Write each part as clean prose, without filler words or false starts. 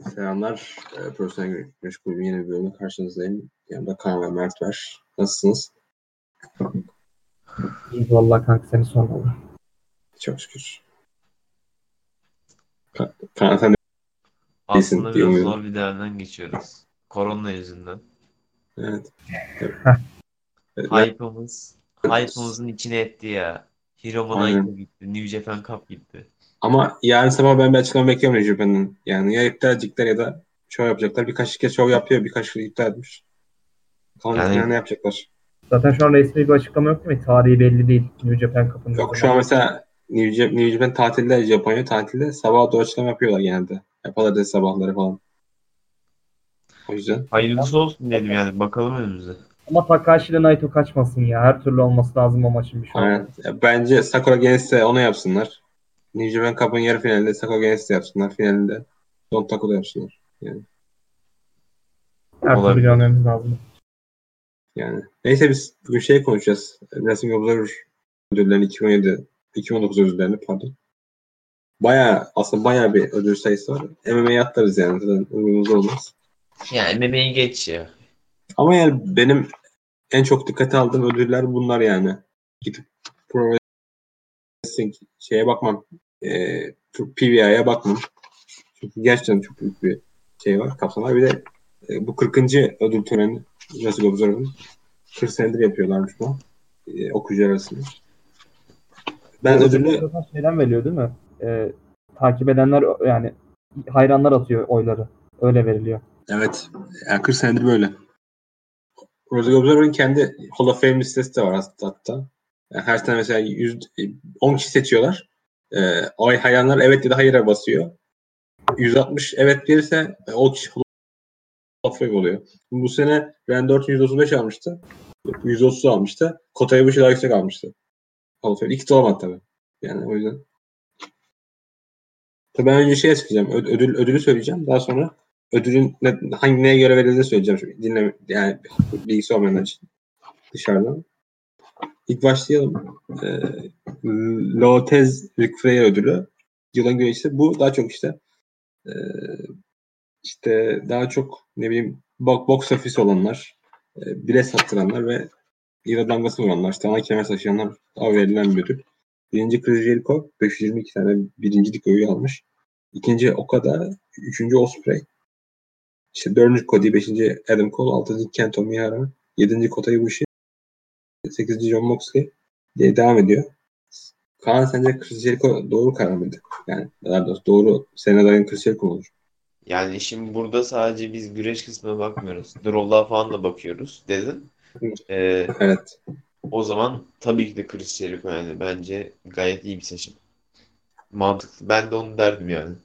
Selamlar. Profesyonel Güreş Kulübü'nün yeni bir bölümü karşınızdayım. Yanımda Kaan ve Mert var. Nasılsınız? İyi vallahi kanka seni sormalı. Çok şükür. Kaan sen de iyisin Aslında diye biraz umuyorum. zor bir dönemden geçiyoruz. Korona yüzünden. Evet. Evet. Evet, Hype'ımızın içine etti ya. Hiromu Naito aynen. gitti. New Japan Cup gitti. Ama yarın sabah ben bir açıklama bekliyorum New Japan'ın. Yani ya iptal edecekler ya da şov yapacaklar. Birkaç kez şov yapıyor. Birkaç kez iptal etmiş. Bakalım Yani ne yapacaklar. Zaten şu an resmi bir açıklama yok değil mi? Tarihi belli değil. New Japan Cup'ın ne Yok şu zaman. an mesela New Japan tatilde, Japonya tatilde sabah doğru açıklama yapıyorlar genelde. Yaparlar da sabahları falan. O yüzden. hayırlısı olsun diyelim yani. Bakalım önümüze. Ama Takahashi ile Naito kaçmasın ya. Her türlü olması lazım o maçın bir şovda. Aynen. Bence Sakura Genesis onu yapsınlar. New Japan Cup'ın yarı finalinde Sakura Genesis yapsınlar. Finalinde Don Taco'da yapsınlar. Her türlü Olabilir. görmemiz lazım. Neyse biz bugün şey konuşacağız. Wrestling Observer ödüllerini 2019 ödüllerini pardon. Aslında bayağı bir ödül sayısı var. MMA'ye atlarız yani. Zaten umurumuzda olmaz. Yani MMA'yi geç ya. Ama yani benim en çok dikkate aldığım ödüller bunlar yani. Gidip Pro Wrestling şeye bakmam. PWI'ye bakmam. Çünkü gerçekten çok büyük bir şey var, kapsam var. Bir de bu 40. ödül töreni Jurassic Observer'ın 40 senedir yapıyorlarmış bu. Okuyucular arasında. Ben Bu ödülleri ödülü zaten şeyden veriyor değil mi? Takip edenler yani hayranlar atıyor oyları. Öyle veriliyor. evet yani 40 senedir böyle. Jurassic Observer'ın kendi Hall of Fame listesi de var hatta. Yani her sene mesela 10 kişi seçiyorlar. O hayranlar evet ya da hayır'a basıyor. 160 evet verirse o kişi Hall of Fame oluyor. Bu sene Randy Orton 135 almıştı. 130 almıştı. Kota'ya bu şey daha yüksek almıştı. Hall of Fame. İkisi de olmadı tabii. Yani o yüzden. Tabii ben önce şey açıklayacağım. Ödülü söyleyeceğim. Daha sonra ödülün neye göre verildiğini söyleyeceğim. Yani bilgisi olmayanlar için dışarıdan. İlk başlayalım. Lotez Ric Flair ödülü. Yılın güreşçisi. Bu daha çok e, işte daha çok ne bileyim box office olanlar, bilet sattıranlar ve lira damgası vuranlar, işte ana kemer taşıyanlar daha verilen bir ödül. Birinci Chris Jericho 522 tane birincilik öğü almış. İkinci Okada, üçüncü Ospreay, işte dördüncü Cody, beşinci Adam Cole, altıncı Kento Miyahara, yedinci Kota Ibushi, sekizinci Jon Moxley diye devam ediyor. Kaan sence Chris Jericho doğru karar mıydı? Yani daha doğrusu doğru senaryoların Chris Jericho olur. Yani şimdi burada sadece biz güreş kısmına bakmıyoruz. Draw'la falan da bakıyoruz dedin. Ee, Evet. O zaman tabii ki de Chris Jericho yani. Bence gayet iyi bir seçim. Mantıklı. Ben de onu derdim yani.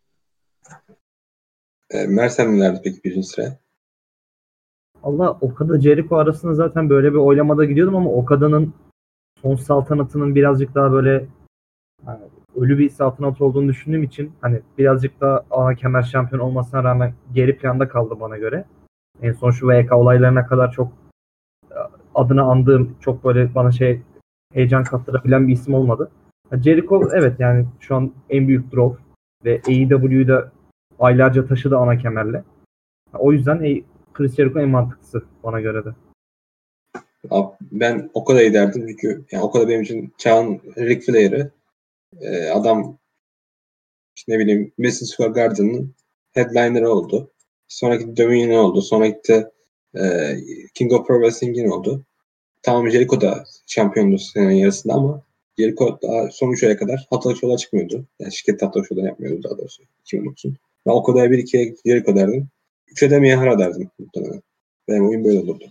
Mersen mi verdi peki birinci sıraya? Allah Okada Jericho arasında zaten böyle bir oylamada gidiyordum ama Okada'nın son saltanatının birazcık daha böyle hani ölü bir saltanat olduğunu düşündüğüm için hani birazcık daha ana kemer şampiyon olmasına rağmen geri planda kaldı bana göre. En son şu VK olaylarına kadar çok adını andığım çok böyle bana heyecan kattırabilen bir isim olmadı. Jericho evet yani şu an en büyük draw ve AEW'yu da aylarca taşıdı ana kemerle. O yüzden Chris Jericho en mantıklısı bana göre de. Ben o kadar iyi derdim çünkü yani o kadar benim için çağın Ric Flair'ı adam işte ne bileyim Madison Square Garden'ın headliner'ı oldu. Sonra gitti Dominion oldu. Sonra gitti King of Pro Wrestling'in oldu. Tamam Jericho da şampiyondu senenin yarısında ama Jericho daha son 3 aya kadar haftalık şovlar çıkmıyordu. Yani şirket haftalık şovlar yapmıyordu daha doğrusu. 2019'un. Ben o kadar bir ikiye Jericho derdim. 3'e de Miyahara derdim muhtemelen. Benim oyun böyle olurdu.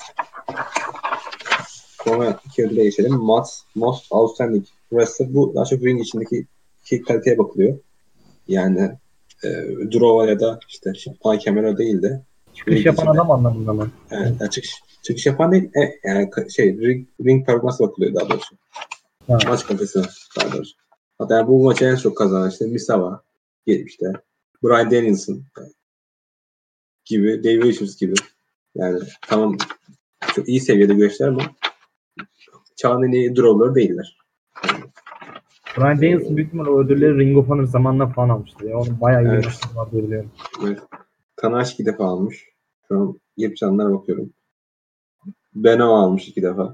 Sonra iki ödüle geçelim. Most Outstanding Wrestler. Bu daha çok ring içindeki iki kaliteye bakılıyor. Yani Drova ya da işte Kamera değil de Çıkış ring yapan içinde. adam anlamında mı? Evet, yani çıkış yapan değil. Yani ring performansı bakılıyor daha doğrusu. Ha. Maç kalitesi daha doğrusu. Hatta yani bu maçı en çok kazanan işte Misawa işte Bryan Danielson gibi, Dave Williams gibi. Yani tamam çok iyi seviyede güreşler ama çağın en iyi draw'ları değiller. Bryan Danielson büyük ihtimalle o ödülleri Ring of Honor zamanında falan almıştı. Ya. Onun bayağı iyi Evet. maçları var diye biliyorum. Evet. Tanahashi 2 defa almış. Şu an yapacağınlara bakıyorum. Beno almış 2 defa.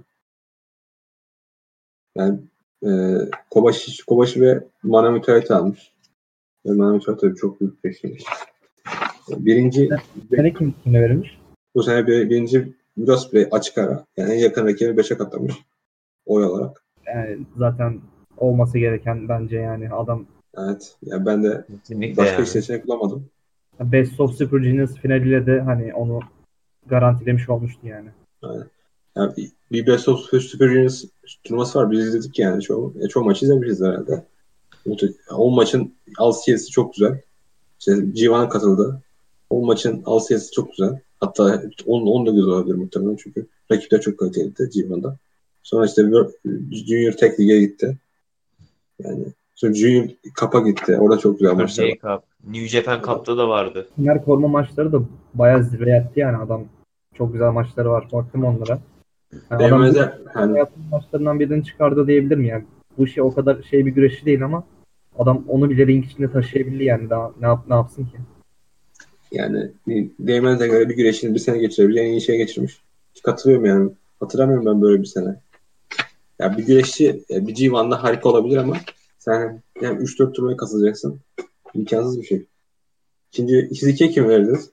Yani Kobashi ve Manami Toyota almış. Ve Manami Toyota çok büyük bir şey. Birinci Sene kime verilmiş? bu sene birinci Ospreay açık ara. Yani en yakın rakibi 5'e katlamış oy olarak. Yani zaten olması gereken bence yani adam Evet. Yani ben de Kesinlikle başka yani. seçenek bulamadım. Best of Super Juniors finaliyle de hani onu garantilemiş olmuştu yani. Aynen. Yani bir Best of Super Juniors turnuvası var. Biz izledik yani. Çoğu maçı izlemişiz herhalde. O maçın Alsiyesi çok güzel. İşte Civan katıldı. O maçın Alsiyesi çok güzel. Hatta 10 da güzel olabilir muhtemelen çünkü rakipler çok kaliteliydi Civan'da. Sonra işte Junior Tech League'e gitti. Yani sonra Junior Cup'a gitti. Orada çok güzel maçlar var. Cup. New Japan Cup'ta da vardı. Final koruma maçları da bayağı zirve yaptı yani adam. Çok güzel maçları var. Baktım onlara. Yani adam bu Değmezler. Yani hayatının maçlarından birini çıkardı diyebilirim yani. Bu şey o kadar şey bir güreşçi değil ama adam onu bile ring içinde taşıyabildi yani. Daha ne yapsın ki? Yani Değmez'e göre bir güreşini bir sene geçirebileceği en iyi şey geçirmiş. Katılıyorum yani. Hatırlamıyorum ben böyle bir sene. Ya bir güreşçi bir G1'da harika olabilir ama sen yani 3-4 turnuvaya katılacaksın. İmkansız bir şey. İkinci 2'ye kim verdiniz?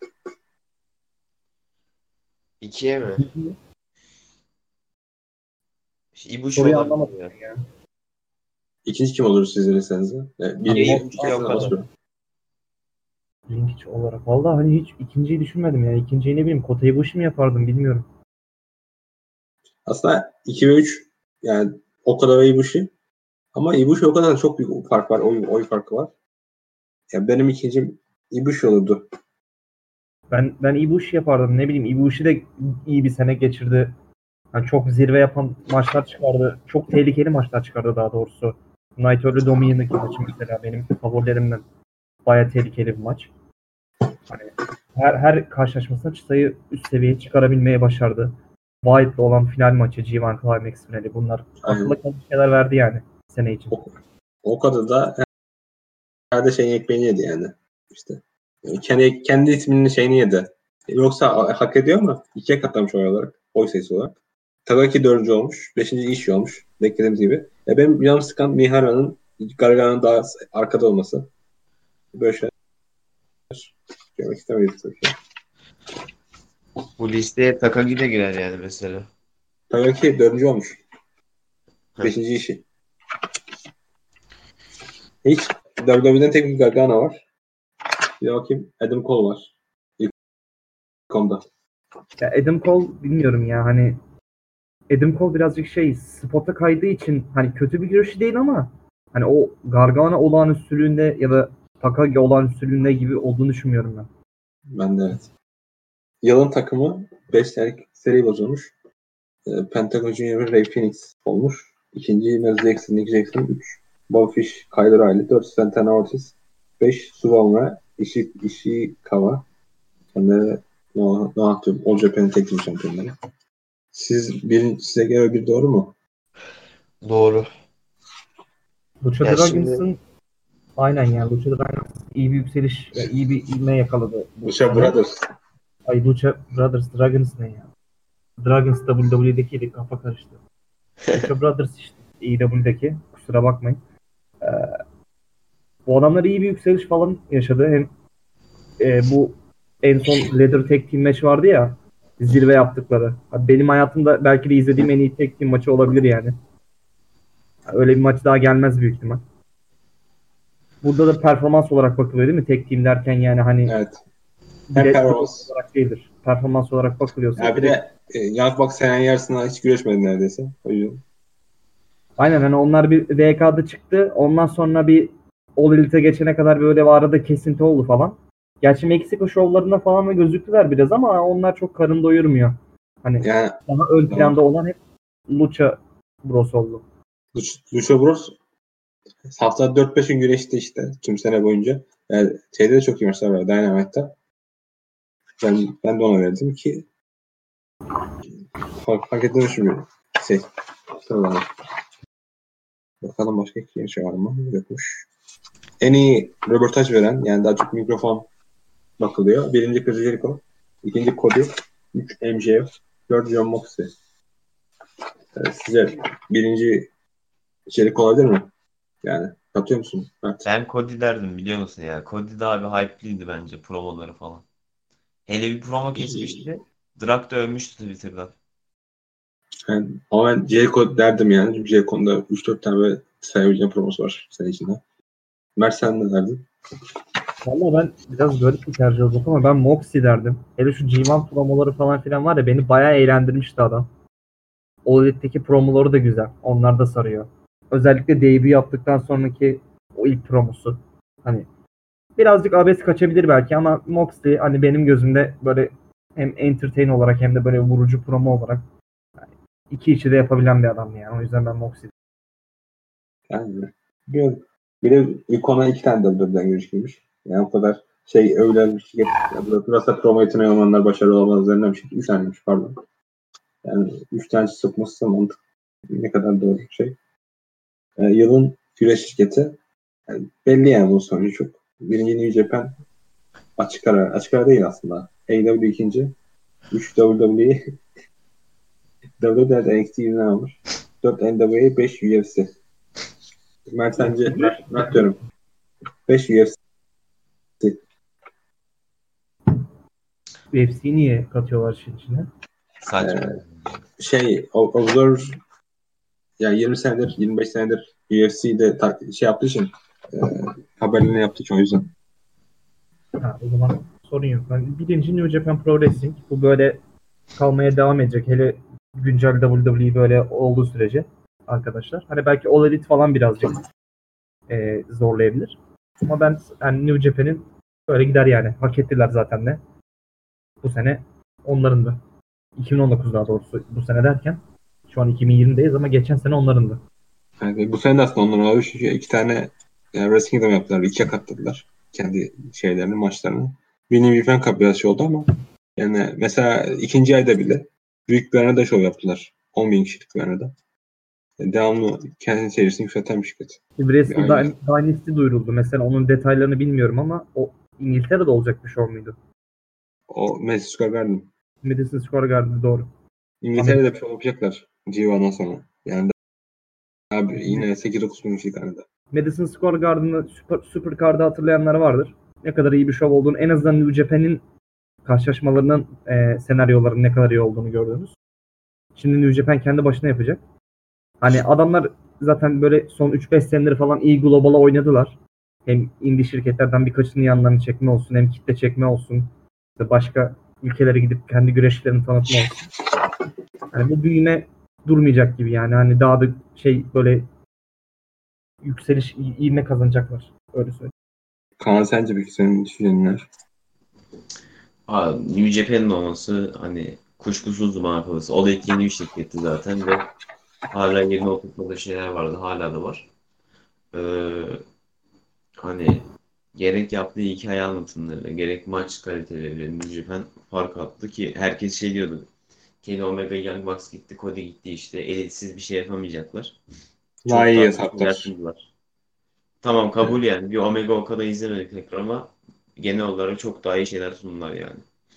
İkiye mi? Ibushi Soruyu olabilir anlamadım ya. ya. İkinci kim olur sizin listenizde? Yani Ya birinci Ibushi ya sana Okada. basıyorum. Ring içi olarak. Vallahi hani hiç ikinciyi düşünmedim ya. İkinciyi ne bileyim Kota Ibushi mi yapardım bilmiyorum. Aslında 2 ve 3 yani Okada ve Ibushi. Ama Ibushi Okada'da çok büyük fark var. Oy farkı var. Yani benim ikincim Ibushi olurdu. Ben Ibushi yapardım. Ne bileyim Ibushi de iyi bir sene geçirdi. Yani çok zirve yapan maçlar çıkardı. Çok tehlikeli maçlar çıkardı daha doğrusu. Naito ile Dominic'in maçı mesela benim favorilerimden. Baya tehlikeli bir maç. Hani her karşılaşmasında çıtayı üst seviyeye çıkarabilmeyi başardı. Wyatt'la olan final maçı, G1 Climax finali bunlar Aynen. akılda kalıcı şeyler verdi yani sene için. Okada da herhalde şeyin ekmeğini yedi yani. İşte kendi isminin şeyini yedi. Yoksa hak ediyor ama ikiye katlamış oy olarak. Oy sayısı olarak. Tagaki dördüncü olmuş. Beşinci Ishii olmuş. Beklediğimiz gibi. Benim canım sıkan Mihara'nın Gargana'nın daha arkada olması. Böyle şeyler görmek istemeyiz tabii ki. Bu listeye Takagi de girer yani mesela. Tagaki dördüncü olmuş. Heh. Beşinci Ishii. Hiç WWE'den tek bir Gargana var. Bir de bakayım Adam Cole var. İlk konuda. Ya Adam Cole bilmiyorum ya hani Adam Cole birazcık şey spota kaydığı için hani kötü bir güreşçi değil ama hani o Gargano olağanüstülüğünde ya da Takagi olağanüstülüğünde gibi olduğunu düşünmüyorum ben. Ben de evet. Yılın takımı 5 senelik seri bozulmuş. Pentagon Junior ve Ray Phoenix olmuş. İkinci Naz Jackson, Nick Jackson. 3 Bobby Fish, Kyle Riley. 4 Santana Ortiz. 5 Suwon ve Ishikawa. Ben de Noah diyorum. All Japan Tag Team şampiyonları. Size göre bir doğru mu? Doğru. Lucha Ya şimdi Dragons'ın aynen yani Lucha Dragons iyi bir yükseliş ve iyi bir ivme yakaladı bu Lucha sene. Brothers. Ay Lucha Brothers Dragons ne ya? Dragons WWE'dekiydi kafa karıştı. Lucha Brothers işte AEW'deki kusura bakmayın. Ee, Bu adamlar iyi bir yükseliş falan yaşadı. Hem bu en son Leather Tag Team maç vardı ya zirve yaptıkları. Benim hayatımda belki de izlediğim en iyi tag team maçı olabilir yani. Öyle bir maç daha gelmez büyük ihtimal. Burada da performans olarak bakılıyor değil mi? Tek team derken yani hani Evet. Hem bilet performans. olarak değildir. Performans olarak bakılıyorsa Ya bir direkt de Young Bucks senen yarısına hiç güreşmedi neredeyse. O yüzden. aynen hani onlar bir VK'da çıktı. Ondan sonra bir All Elite'e geçene kadar böyle bir arada kesinti oldu falan. Gerçi Meksika şovlarında falan da gözüktüler biraz ama onlar çok karın doyurmuyor. Hani Yani daha ön tamam. planda olan hep Lucha Bros oldu. Lucha Bros haftada 4-5 gün güreşti işte tüm sene boyunca. Yani şeyde de çok iyi maçlar var Dynamite'da. Ben de ona verdim ki hak ettiğini düşünmüyorum. Sıralama. Bakalım başka kim şey var mı? Yokmuş. En iyi röportaj veren, yani daha çok mikrofon bakılıyor. Birinci Chris Jericho, ikinci Cody, 3 MJF, 4 Jon Moxley. Sizce birinci Jericho olabilir mi? Yani katıyor musun? Evet. Ben Cody derdim biliyor musun ya? Cody daha bir hype'liydi bence promoları falan. Hele bir promo kesmişti. Drak da övmüştü Twitter'dan. Yani, ama ben Jericho derdim yani. Çünkü Jericho'nun da 3-4 tane böyle sayabileceğim promosu var sene içinde. Mert sen ne derdin? Valla ben biraz garip bir tercih olacak ama ben Moxie derdim. Hele şu G1 promoları falan filan var ya, beni bayağı eğlendirmişti adam. O Elite'deki promoları da güzel. Onlar da sarıyor. Özellikle debut yaptıktan sonraki o ilk promosu. Hani birazcık abes kaçabilir belki ama Moxley hani benim gözümde böyle hem entertain olarak hem de böyle vurucu promo olarak yani iki işi de yapabilen bir adam yani. O yüzden ben Moxley. Yani bir de Icon'a 2 tane WWE'den görüşmüş. Yani o kadar şey övülen bir şirket. Burası da promo yeteneği olanlar başarılı olmaz üzerinden bir şirket. 3 taneymiş pardon. Yani 3 tane sokması mantık. Ne kadar doğru bir şey. Yılın güreş şirketi. Yani belli yani bunun sonucu çok. Birinci New Japan açık ara. Açık ara değil aslında. AEW ikinci. 3 WWE. WWE NXT yüzünden almış. 4 NWA, 5 UFC. Mert sence, Mert diyorum. 5 UFC. UFC'yi niye katıyorlar işin içine? Saçma. Observer yani 20 senedir, 25 senedir UFC'de şey yaptığı için e, haberlerini yaptığı için o yüzden. Ha, o zaman sorun yok. Ben birinci New Japan Pro Wrestling. Bu böyle kalmaya devam edecek. Hele güncel WWE böyle olduğu sürece arkadaşlar. Hani belki All Elite falan birazcık zorlayabilir. Ama ben yani New Japan'in böyle gider yani. Hak ettiler zaten de. Bu sene onların da. 2019 daha doğrusu bu sene derken. Şu an 2020'deyiz ama geçen sene onların da. Yani bu sene de aslında onların olabilir çünkü 2 tane yani Wrestle Kingdom yaptılar. 2'ye katladılar. Kendi şeylerini, maçlarını. Bir New Japan Cup biraz şey oldu ama yani mesela ikinci ayda bile büyük bir arena show yaptılar. 10 bin kişilik bir arada. Devamlı kendi serisini yükselten bir şirket. Wrestle Yani Dynasty duyuruldu. Mesela onun detaylarını bilmiyorum ama o İngiltere'de olacak bir show muydu? o Madison Square Garden. Madison Square Garden doğru. Amerika. İngiltere'de bir şey yapacaklar. G1'dan sonra. Yani abi yine 8-9 bin kişilik arenada. Madison Square Garden'ı Supercard'ı hatırlayanlar vardır. Ne kadar iyi bir şov olduğunu, en azından New Japan'in karşılaşmalarının senaryoların ne kadar iyi olduğunu gördünüz. Şimdi New Japan kendi başına yapacak. Hani adamlar zaten böyle son 3-5 senedir falan iyi globala oynadılar. Hem indie şirketlerden birkaçının yanlarını çekme olsun, hem kitle çekme olsun. İşte başka ülkelere gidip kendi güreşlerini tanıtma olsun. Hani bu büyüme durmayacak gibi yani. Hani daha da şey böyle yükseliş, ivme kazanacaklar. Öyle söyleyeyim. Kaan sence peki senin düşüncenler? New Japan'ın olması hani kuşkusuz bana kalırsa. O da ilk yeni bir şirketti zaten ve hala yerine oturtmadığı şeyler vardı. Hala da var. Ee, Hani gerek yaptığı hikaye anlatımları, gerek maç kaliteleriyle New Japan fark attı ki herkes şey diyordu. Kenny Omega, Young Bucks gitti, Cody gitti işte. Elitsiz bir şey yapamayacaklar. Daha Çok iyi daha iyi şeyler hesaplar. sundular. Tamam Evet. kabul yani. Bir Omega o kadar izlemedik tekrar ama genel olarak çok daha iyi şeyler sundular yani.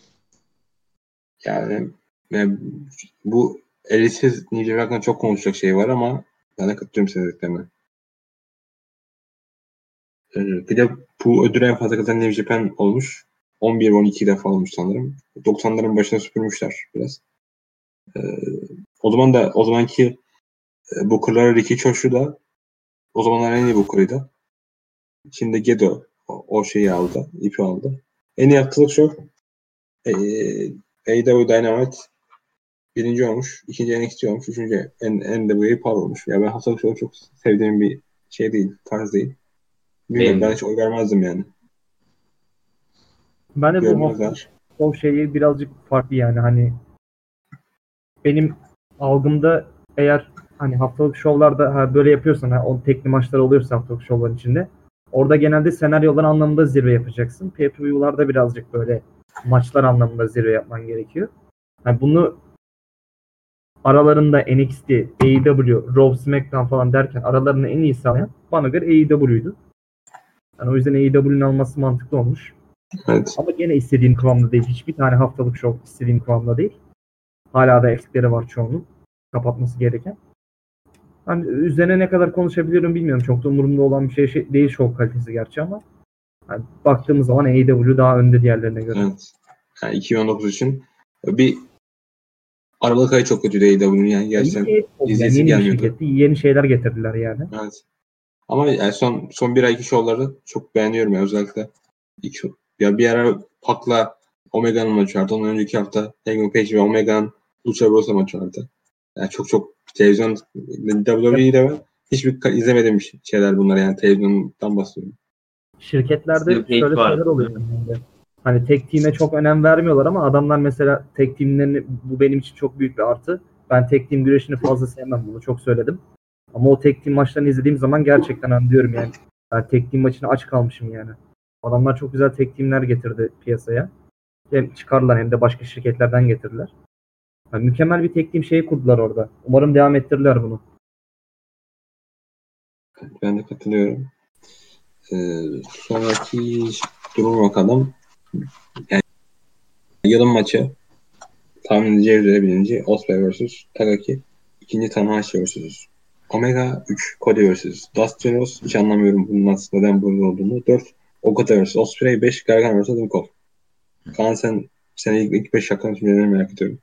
Yani bu elitsiz New Japan hakkında çok konuşacak şey var ama ben de katılıyorum senin dediklerine. Bir de bu ödülü en fazla kazanan New Japan olmuş. 11-12 defa olmuş sanırım. 90'ların başına süpürmüşler biraz. Ee, o zamanki Booker'lar Ricky Choshu da o zamanlar en iyi Booker'ıydı. Şimdi Gedo o şeyi aldı, ipi aldı. En iyi haftalık show AEW Dynamite birinci olmuş, ikinci NXT olmuş, üçüncü NWA Power olmuş. Ya ben haftalık show'u çok sevdiğim bir şey değil, tarz değil. Bilmiyorum Benim ben de. hiç oy vermezdim yani. Ben de bu hafta Görmezler. o şeyi birazcık farklı yani hani benim algımda eğer hani haftalık şovlarda böyle yapıyorsan o tekli maçlar oluyorsa haftalık şovların içinde orada genelde senaryolar anlamında zirve yapacaksın. Pay-per-view'larda birazcık böyle maçlar anlamında zirve yapman gerekiyor. Yani bunu aralarında NXT, AEW, Raw, SmackDown falan derken aralarında en iyi sağlayan bana göre AEW'ydu. Yani o yüzden AEW'nin alması mantıklı olmuş. Evet. Ama gene istediğim kıvamda değil. Hiçbir tane haftalık show istediğim kıvamda değil. Hala da eksikleri var çoğunun. Kapatması gereken. Hani üzerine ne kadar konuşabilirim bilmiyorum. Çok da umurumda olan bir şey değil show kalitesi gerçi ama yani baktığımız zaman AEW daha önde diğerlerine göre. Evet. Yani 2019 için bir Aralık ayı çok kötüydü AEW'nin yani gerçekten Yani izleyesi yeni bir gelmiyordu. şirketti. Yeni şeyler getirdiler yani. Evet. Ama yani son bir ayki şovları çok beğeniyorum ya özellikle. Ya bir ara Pac'la Omega'nın maçı vardı. Ondan önceki hafta Hangman Page ve Omega'nın Lucha Bros'la maçı vardı. Yani çok televizyon WWE'de ben hiçbir izlemediğim şeyler bunlar yani televizyondan bahsediyorum. Şirketlerde Steel Cage şöyle var. şeyler oluyor. Yani. Hani tek team'e çok önem vermiyorlar ama adamlar mesela tek team'lerini bu benim için çok büyük bir artı. Ben tek team güreşini fazla sevmem, bunu çok söyledim. Ama o tek team maçlarını izlediğim zaman gerçekten anlıyorum yani. Ben tek team maçına aç kalmışım yani. Adamlar çok güzel tek team'ler getirdi piyasaya. Hem çıkarlar hem de başka şirketlerden getirdiler. Yani mükemmel bir tek team şeyi kurdular orada. Umarım devam ettirirler bunu. Ben de katılıyorum. Sonraki duruma bakalım. Yani yılın maçı tahmin edeceği birinci Osprey vs. Takagi. İkinci Tanahashi vs. Omega 3 Cody vs. Dustin Rhodes. Hiç anlamıyorum bunun nasıl neden burada olduğunu. 4 Okada vs. Osprey. 5 Gargano vs. Adam Cole. Kaan sen ilk 5 şarkının düşüncelerini merak ediyorum.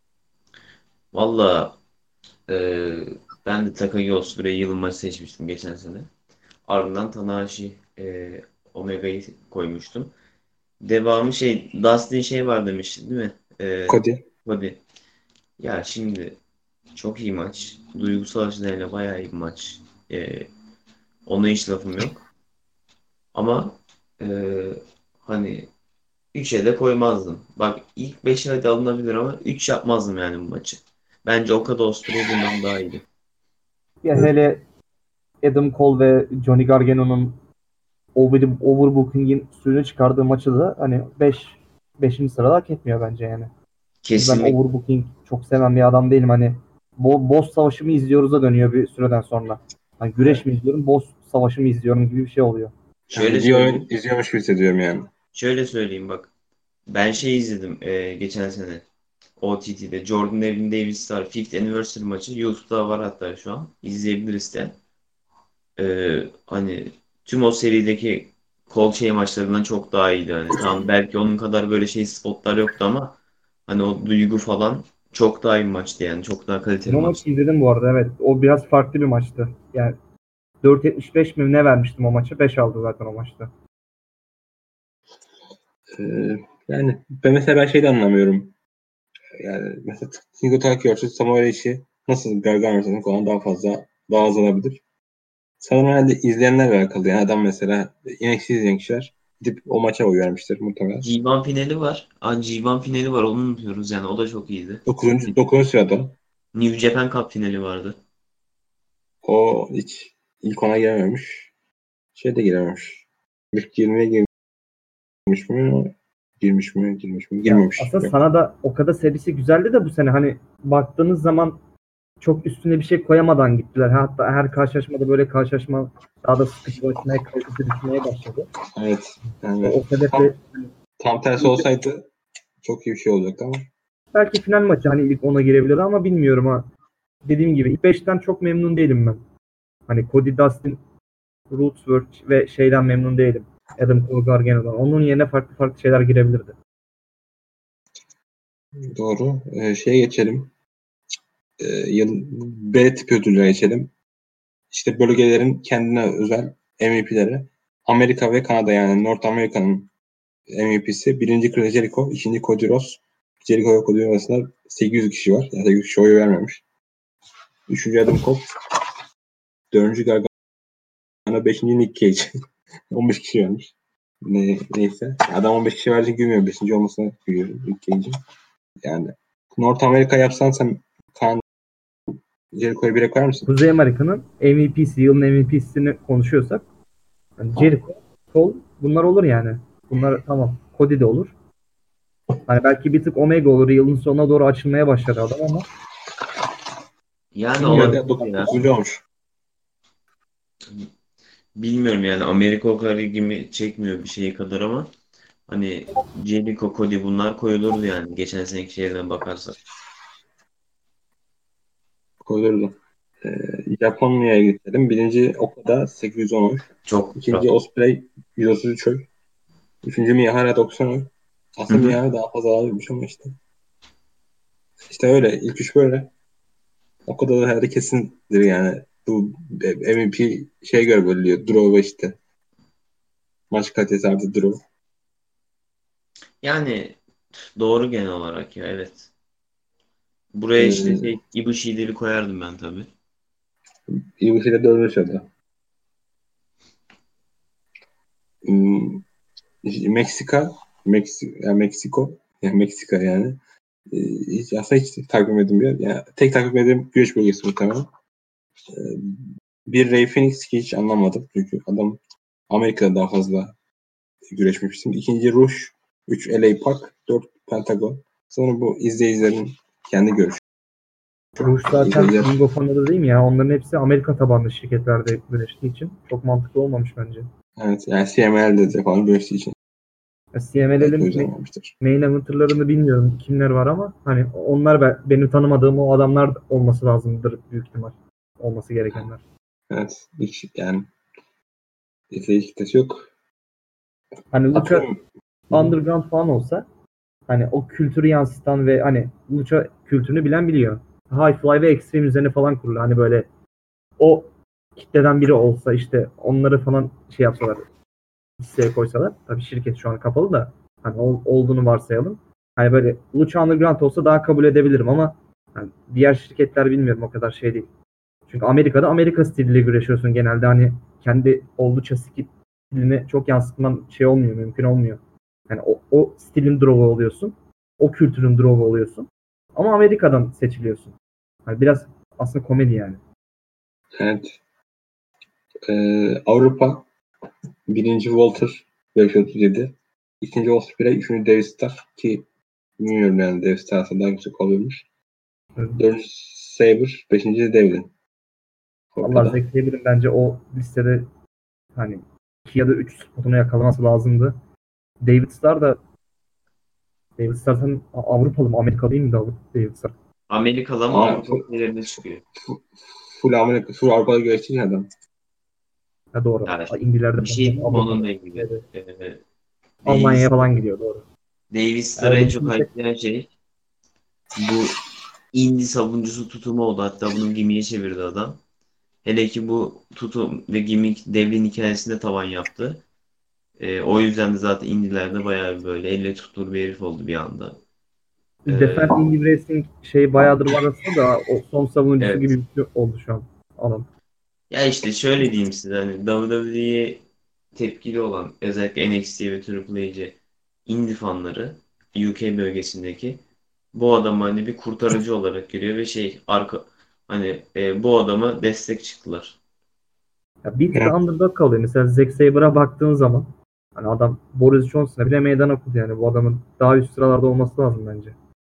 Valla ben de Takagi Osprey yılın maçı seçmiştim geçen sene. Ardından Tanahashi Omega'yı koymuştum. Devamı Dustin var demiştin değil mi? Cody. Cody. Ya şimdi çok iyi maç. Duygusal açıdan bayağı iyi bir maç. Ona hiç lafım yok. Ama hani 3'e de koymazdım. Bak ilk 5'e hadi alınabilir ama 3 yapmazdım yani bu maçı. Bence Okada Osprey bundan daha iyiydi. Ya hele Adam Cole ve Johnny Gargano'nun overbooking'in suyunu çıkardığı maçı da hani 5. sırada hak etmiyor bence yani. Çünkü ben Kesinlikle. overbooking çok seven bir adam değilim. Hani boss savaşı mı izliyoruz da dönüyor bir süreden sonra. Hani güreş mi izliyorum, boss savaşı mı izliyorum gibi bir şey oluyor. Şöyle Yani bir oyun söyleyeyim. izliyormuş gibi hissediyorum yani. Şöyle söyleyeyim bak. Ben izledim geçen sene. OTT'de Jordan Devlin Davis var. Fifth Anniversary maçı. YouTube'da var hatta şu an. İzleyebiliriz de. Hani tüm o serideki maçlarından çok daha iyiydi. Hani tamam belki onun kadar böyle spotlar yoktu ama hani o duygu falan çok daha iyi bir maçtı yani. Çok daha kaliteli Ben o maçtı. maçı izledim bu arada, evet. O biraz farklı bir maçtı. Yani 4.75 mi ne vermiştim o maça? 5 aldı zaten o maçta. Yani ben şeyde anlamıyorum. Yani mesela Shingo Takagi vs. Samurai Ishii nasıl Gargano falan daha az alabilir? Sanırım herhalde izleyenlerle alakalı. Yani adam mesela NXT izleyen kişiler gidip o maça oy vermiştir muhtemelen. G1 finali var. G1 finali var. Onu unutuyoruz yani. O da çok iyiydi. 9. sırada. New Japan Cup finali vardı. O hiç ilk ona girememiş. De girememiş. İlk 20'ye girmiş mi? Girmiş mi? Ya Girmemiş. aslında Yok. sana da o kadar serisi güzeldi de bu sene hani baktığınız zaman çok üstüne bir şey koyamadan gittiler. Hatta her karşılaşmada böyle karşılaşma daha da sıkıcılaşmaya, kalitesi düşmeye başladı. Evet. Yani O sebeple tam tersi olsaydı çok iyi bir şey olacaktı ama. belki final maçı hani ilk 10'a girebilir ama bilmiyorum ha. Dediğim gibi ilk 5'ten çok memnun değilim ben. Hani Cody, Dustin, Rootsworth ve şeyden memnun değilim. Adam Cole, Gargano'dan. Onun yerine farklı farklı şeyler girebilirdi. Doğru. Şeye geçelim. Yıl B tipi ödülüne geçelim. İşte bölgelerin kendine özel MVP'leri. Amerika ve Kanada yani North Amerika'nın MVP'si. Birinci Chris Jericho, ikinci Cody Rhodes. Jericho ve Cody arasında 800 kişi var. Yani 800 kişi oy vermemiş. Üçüncü Adam Cole. Dördüncü Gargano, beşinci Nick Cage. 15 kişi vermiş. Neyse. Adam 15 kişi verdiğini gülmüyor. Beşinci olmasına gülüyor Nick Cage'in. Yani North Amerika yapsan sen Kaan Jericho'ya bire koyar mısın? Kuzey Amerika'nın MVP'si, yılın MVP'sini konuşuyorsak yani Jericho, Cole bunlar olur yani. Bunlar tamam. Cody de olur. Hani belki bir tık Omega olur. Yılın sonuna doğru açılmaya başladı adam ama Yani Bilmiyorum. olabilir ya. 9. olmuş. Bilmiyorum yani Amerika o kadar ilgimi çekmiyor bir şeyi kadar ama hani Jericho, Cody bunlar koyulurdu yani geçen seneki şeyden bakarsak. Koydurdum. Japonya'ya geçelim. Birinci Okada 810 oy. Çok İkinci rahat. Osprey 133 oy. Üçüncü Miyahara 90 oy. Hı Aslında hı. Miyahara daha fazla alıyormuş ama işte. İşte öyle. İlk üç böyle. Okada da herhalde kesindir yani. Bu MVP şeye göre bölünüyor. Draw'a işte. Maç kalitesi artı draw. Yani doğru genel olarak ya evet. Buraya işte Ee, Ibushi'leri koyardım ben tabii. iyi bir şeyle dördüncü sırada. Hmm, Meksiko. Yani Meksika yani. Aslında hiç takip etmedim bir. Yani tek takip ettiğim güreş bölgesi muhtemelen. Ee, bir Ray Phoenix ki hiç anlamadım. Çünkü adam Amerika'da daha fazla güreşmiştim. İkinci Rush. 3 LA Park. 4 Pentagon. Sonra bu izleyicilerin kendi görüşü. Rouge Yani zaten izleyiciler Ring of Honor'da değil mi ya? Onların hepsi Amerika tabanlı şirketlerde birleştiği için çok mantıklı olmamış bence. evet yani CML'de de falan görüştüğü için Ya belki o CMLL'in yüzden olmamıştır. main event'larını bilmiyorum kimler var ama hani onlar benim tanımadığım o adamlar olması lazımdır büyük ihtimal. Olması gerekenler. Evet. Hiç yani izleyici kitlesi yok. Hani Lucha Atıyorum. Hı-hı. Underground falan olsa hani o kültürü yansıtan ve hani Lucha kültürünü bilen biliyor. High Fly ve Extreme üzerine falan kurulu. Hani böyle o kitleden biri olsa işte onları falan şey yapsalar, listeye koysalar. Tabii şirket şu an kapalı da hani olduğunu varsayalım. Hani böyle Lucha Underground olsa daha kabul edebilirim ama hani diğer şirketler bilmiyorum o kadar şey değil. Çünkü Amerika'da Amerika stiliyle güreşiyorsun genelde hani kendi oldukça stilini çok yansıtman şey olmuyor, mümkün olmuyor. Yani o stilin drov'u oluyorsun. O kültürün drov'u oluyorsun. Ama Amerika'dan seçiliyorsun. Hani biraz aslında komedi yani. Evet. Avrupa birinci Walter 537. İkinci Osprey. Üçüncü David Starr ki bilmiyorum yani David Starr'sa daha yüksek oluyormuş. Dördüncü Saber. Beşinci de Devlin. Allah Avrupa'da. Zack Saber'ın bence o listede hani 2 ya da 3 spotunu yakalaması lazımdı. David Starr da David Starr sen Avrupalı mı? Amerikalı değil mi David Starr? Amerikalı ama Ama Avrupa ülkelerinde çıkıyor. full Amerika, full Avrupa'da geçtiği adam. Ha, doğru. Yani İngilizlerde bir şey falan diyeyim mi Avrupa'da. onunla ilgili? Evet. Almanya'ya Davis, falan gidiyor doğru. Davis'leri Eğer en bunu çok düşünürsek hype'layan şey bu indie savunucusu tutumu oldu. Hatta bunun gimiye çevirdi adam. Hele ki bu tutum ve gimmick devrin hikayesinde tavan yaptı. O yüzden de zaten indilerde bayağı bir böyle elle tutulur bir herif oldu bir anda. Ee, Defending Wrestling şey bayağıdır var aslında da o son savunucusu evet. gibi bir şey oldu şu an adam. Ya işte şöyle diyeyim size hani WWE'ye tepkili olan özellikle NXT ve Triple H'ci indie fanları UK bölgesindeki bu adamı hani bir kurtarıcı olarak görüyor ve bu adama destek çıktılar. Ya bir tık Evet. underdog kalıyor. Mesela Zack Saber'a baktığın zaman hani adam Boris Johnson'a bile meydan okudu yani. Bu adamın daha üst sıralarda olması lazım bence.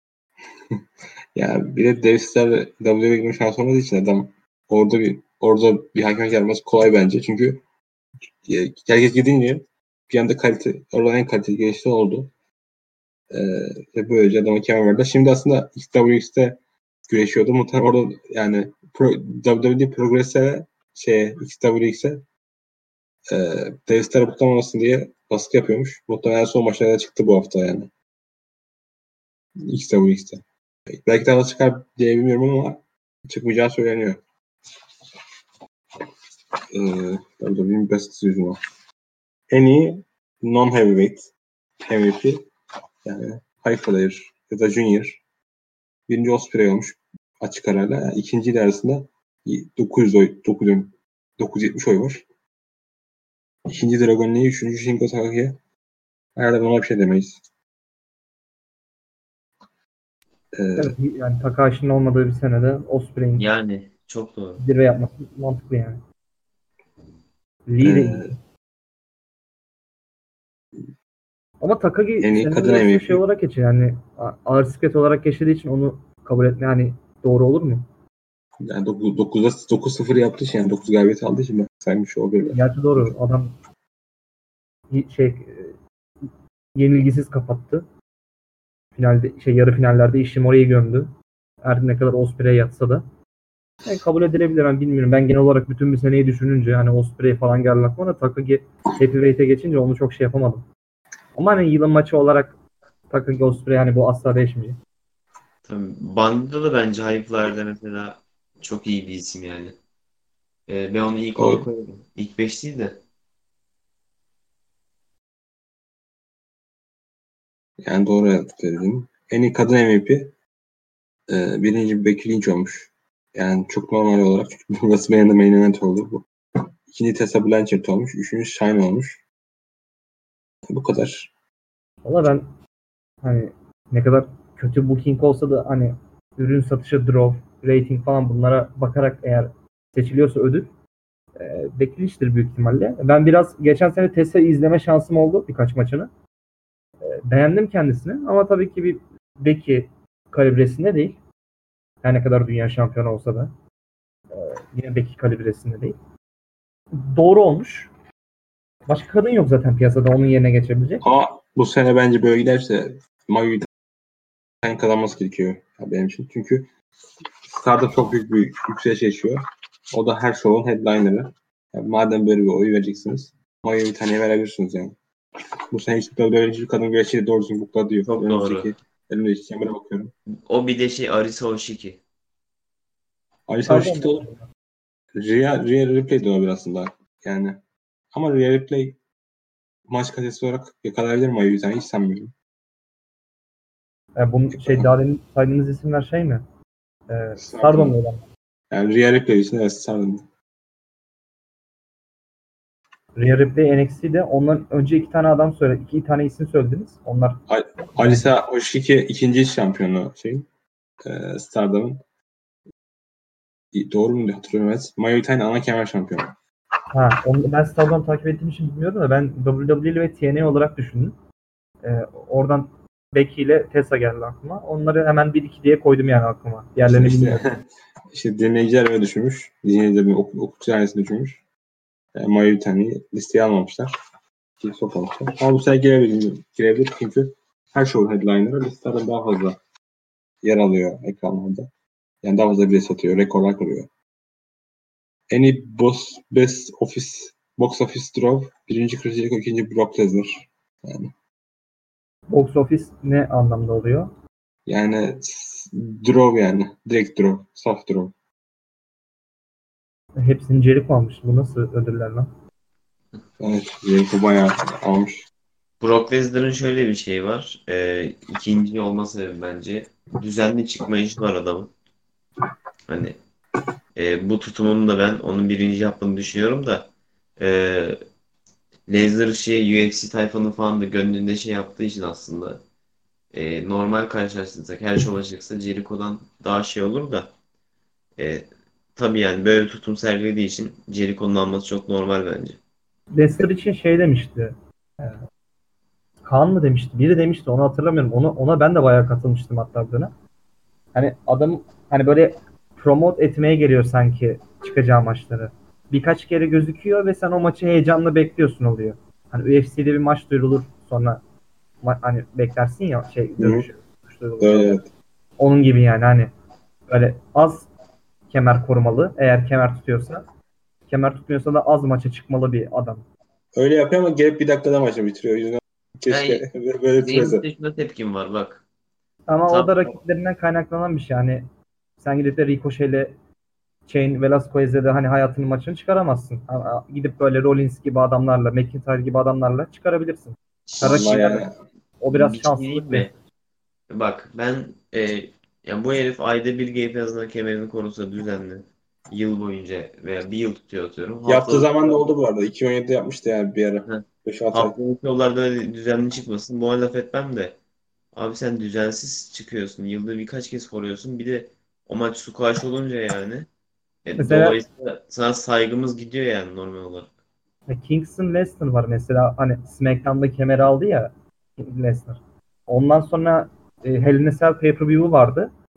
Ya bir de Davis'ler WWE'ye girme şansı olmadığı için adam orada bir hakem gelmesi kolay bence. Çünkü herkes gidince bir anda oradan en kaliteli gelişti oldu. Ee, ve böylece adama kemer verdi. Şimdi aslında XWX'te güreşiyordu. Muhtemelen orada yani WWE Progress'e XWX'e Davis'ler bıktamamasın diye baskı yapıyormuş. Muhtemelen son maçlarda çıktı bu hafta yani. XWX'te. Belki daha da çıkar diye bilmiyorum ama çıkmayacağı söyleniyor. WWE'nin best yüzüne. En iyi non-heavyweight MVP yani high flyer ya da junior. Birinci Osprey olmuş açık arayla. Yani ikinci arasında 900 oy, 970 oy var. İkinci Dragon Lee, üçüncü Shingo Takagi. Herhalde buna bir şey demeyiz. Evet, Ee, yani Takashi'nin olmadığı bir senede Osprey'in Yani çok doğru. zirve yapması mantıklı yani. Lee de iyi. e, Ama Takagi en iyi seneler kadın arasında şey MVP. olarak geçiyor yani ağır siklet olarak geçtiği için onu kabul etme yani doğru olur mu? Yani 9'da 9-0 yaptığı için, yani 9 galibiyet aldığı için ben saymış olabilir. Gerçi doğru. Adam yenilgisiz kapattı. Finalde yarı finallerde Ishimori'yi gömdü. Her ne kadar Ospreay yatsa da. Kabul edilebilir. Ben bilmiyorum. Ben genel olarak bütün bir seneyi düşününce hani Ospreay falan geldi aklıma da Takagi Heavyweight'e geçince onu çok şey yapamadım. Ama hani yılın maçı olarak Takagi Ospreay hani bu asla değişmeyecek. Tabii, Bandido da bence Hype'larda mesela çok iyi bir isim yani. Ben onu ilk 10'a O, koyarım. İlk 5 değil de. yani doğru dedim. En iyi kadın MVP birinci Becky Lynch olmuş. Yani çok normal olarak. Çünkü WrestleMania'da main event oldu bu. İkinci Tessa Blanchard olmuş. Üçüncü Shine olmuş. Bu kadar. Valla ben hani ne kadar kötü booking olsa da hani ürün satışı, draw, rating falan bunlara bakarak eğer seçiliyorsa ödül Becky büyük ihtimalle. Ben biraz geçen sene Tessa'yı izleme şansım oldu birkaç maçını. Beğendim kendisini ama tabii ki bir Becky kalibresinde değil. Her ne kadar dünya şampiyonu olsa da yine Becky kalibresinde değil. Doğru olmuş. Başka kadın yok zaten piyasada onun yerine geçebilecek. Ama bu sene bence böyle giderse Mayu Itakai'nin kazanması gerekiyor benim için. Çünkü Star'da çok büyük bir yükseliş yaşıyor. O da her şovun headliner'ı. Yani madem böyle bir oy vereceksiniz, Mayu Itakai'ye verebilirsiniz yani. Bu sene hiç böyle bir kadın güreşçiyi doğru düzgün bukladı yok. Çok doğru. Önümüzdeki kemere bakıyorum. O bir de Arisa Hoshiki. Arisa Pardon. Hoshiki de olur. Rhea Ripley de olabilir aslında. Yani. Ama Rhea Ripley maç kalitesi olarak yakalayabilir mi Mayu Itakai'yi hiç sanmıyorum. Bunun daha demin saydığınız isimler şey mi? Stardom'da olan. Yani Rhea Ripley için evet Stardom. Rhea Ripley NXT'de ondan önce iki tane isim söylediniz. Onlar Alisa Hoshiki ikinci şampiyonu Stardom'un. Doğru mu hatırlıyorum evet. Mayu Itakai'nin ana kemer şampiyonu. Ben Stardom takip ettiğim için bilmiyorum da ben WWE ve TNA olarak düşündüm. Oradan Becky ile Tessa geldi aklıma. Onları hemen 1-2 diye koydum yani aklıma. Diğerlerini bilmiyorum. İşte dinleyiciler öyle düşünmüş. Dinleyicilerin okuyucu ailesini düşünmüş. Mayu Itakai'yi listeye almamışlar. Sokamışlar. Ama bu sene girebilir çünkü her show headliner'ı listelerden daha fazla yer alıyor ekranlarda. Yani daha fazla bilet satıyor, rekorlar kırıyor. En iyi box office draw birinci Chris Jericho, ikinci Brock Lesnar. Yani Box office ne anlamda oluyor? yani draw yani. Direkt draw. Soft draw. Hepsini Jericho almış. Bu nasıl ödüller lan? Evet. Jericho bayağı almış. Brock Lesnar'ın şöyle bir şeyi var. İkinci olma sebebi bence. Düzenli çıkmayışı var adamın. Hani bu tutumunu da ben onun birinci yaptığını düşünüyorum da Lesnar UFC tayfanın falan da gönlünde yaptığı için aslında normal karşılaştırırsak her şey olacaksa Jericho'dan daha olur da tabii yani böyle tutum sergilediği için Jericho'nun alması çok normal bence. Leicester için demişti. E, Kaan mı demişti? Biri demişti. Onu hatırlamıyorum. Ona ben de bayağı katılmıştım hatta bir dönem. Hani adam hani böyle promote etmeye geliyor sanki çıkacağı maçları. Birkaç kere gözüküyor ve sen o maçı heyecanla bekliyorsun oluyor. Hani UFC'de bir maç duyurulur sonra hani beklersin ya Hı-hı. dövüş duyurulur sonra. Evet. Onun gibi yani hani böyle az kemer korumalı eğer kemer tutuyorsa. Kemer tutmuyorsa da az maça çıkmalı bir adam. Öyle yapıyor ama gelip bir dakikada maçı bitiriyor. Yüzüne Yani keşke böyle benim bitirmese. de şuna tepkim var bak. Ama o Tam da rakiplerinden kaynaklanan bir şey. Hani sen gidip de Ricochet'le Shane Velasquez'le de hani hayatının maçını çıkaramazsın. Ama gidip böyle Rollins gibi adamlarla, McIntyre gibi adamlarla çıkarabilirsin. Vallahi Rakipler yani o biraz bir şey diyeyim şanslılık bir. mi? Bak ben ya bu herif ayda bir gelip en azından kemerini korusa düzenli yıl boyunca veya bir yıl tutuyor atıyorum. yaptığı Haftalık zaman da oldu bu arada. 2017'de yapmıştı yani bir ara. Heh, 5-6 ay. haftalık yollarda düzenli çıkmasın. Bu laf etmem de. Abi sen düzensiz çıkıyorsun. Yılda birkaç kez koruyorsun. Bir de o maç squash olunca yani. Mesela Dolayısıyla sana saygımız gidiyor yani normal olarak. Kingston Lesnar var mesela hani SmackDown'da kemer aldı ya Lesnar. Ondan sonra Hell in a Cell pay-per-view'u vardı.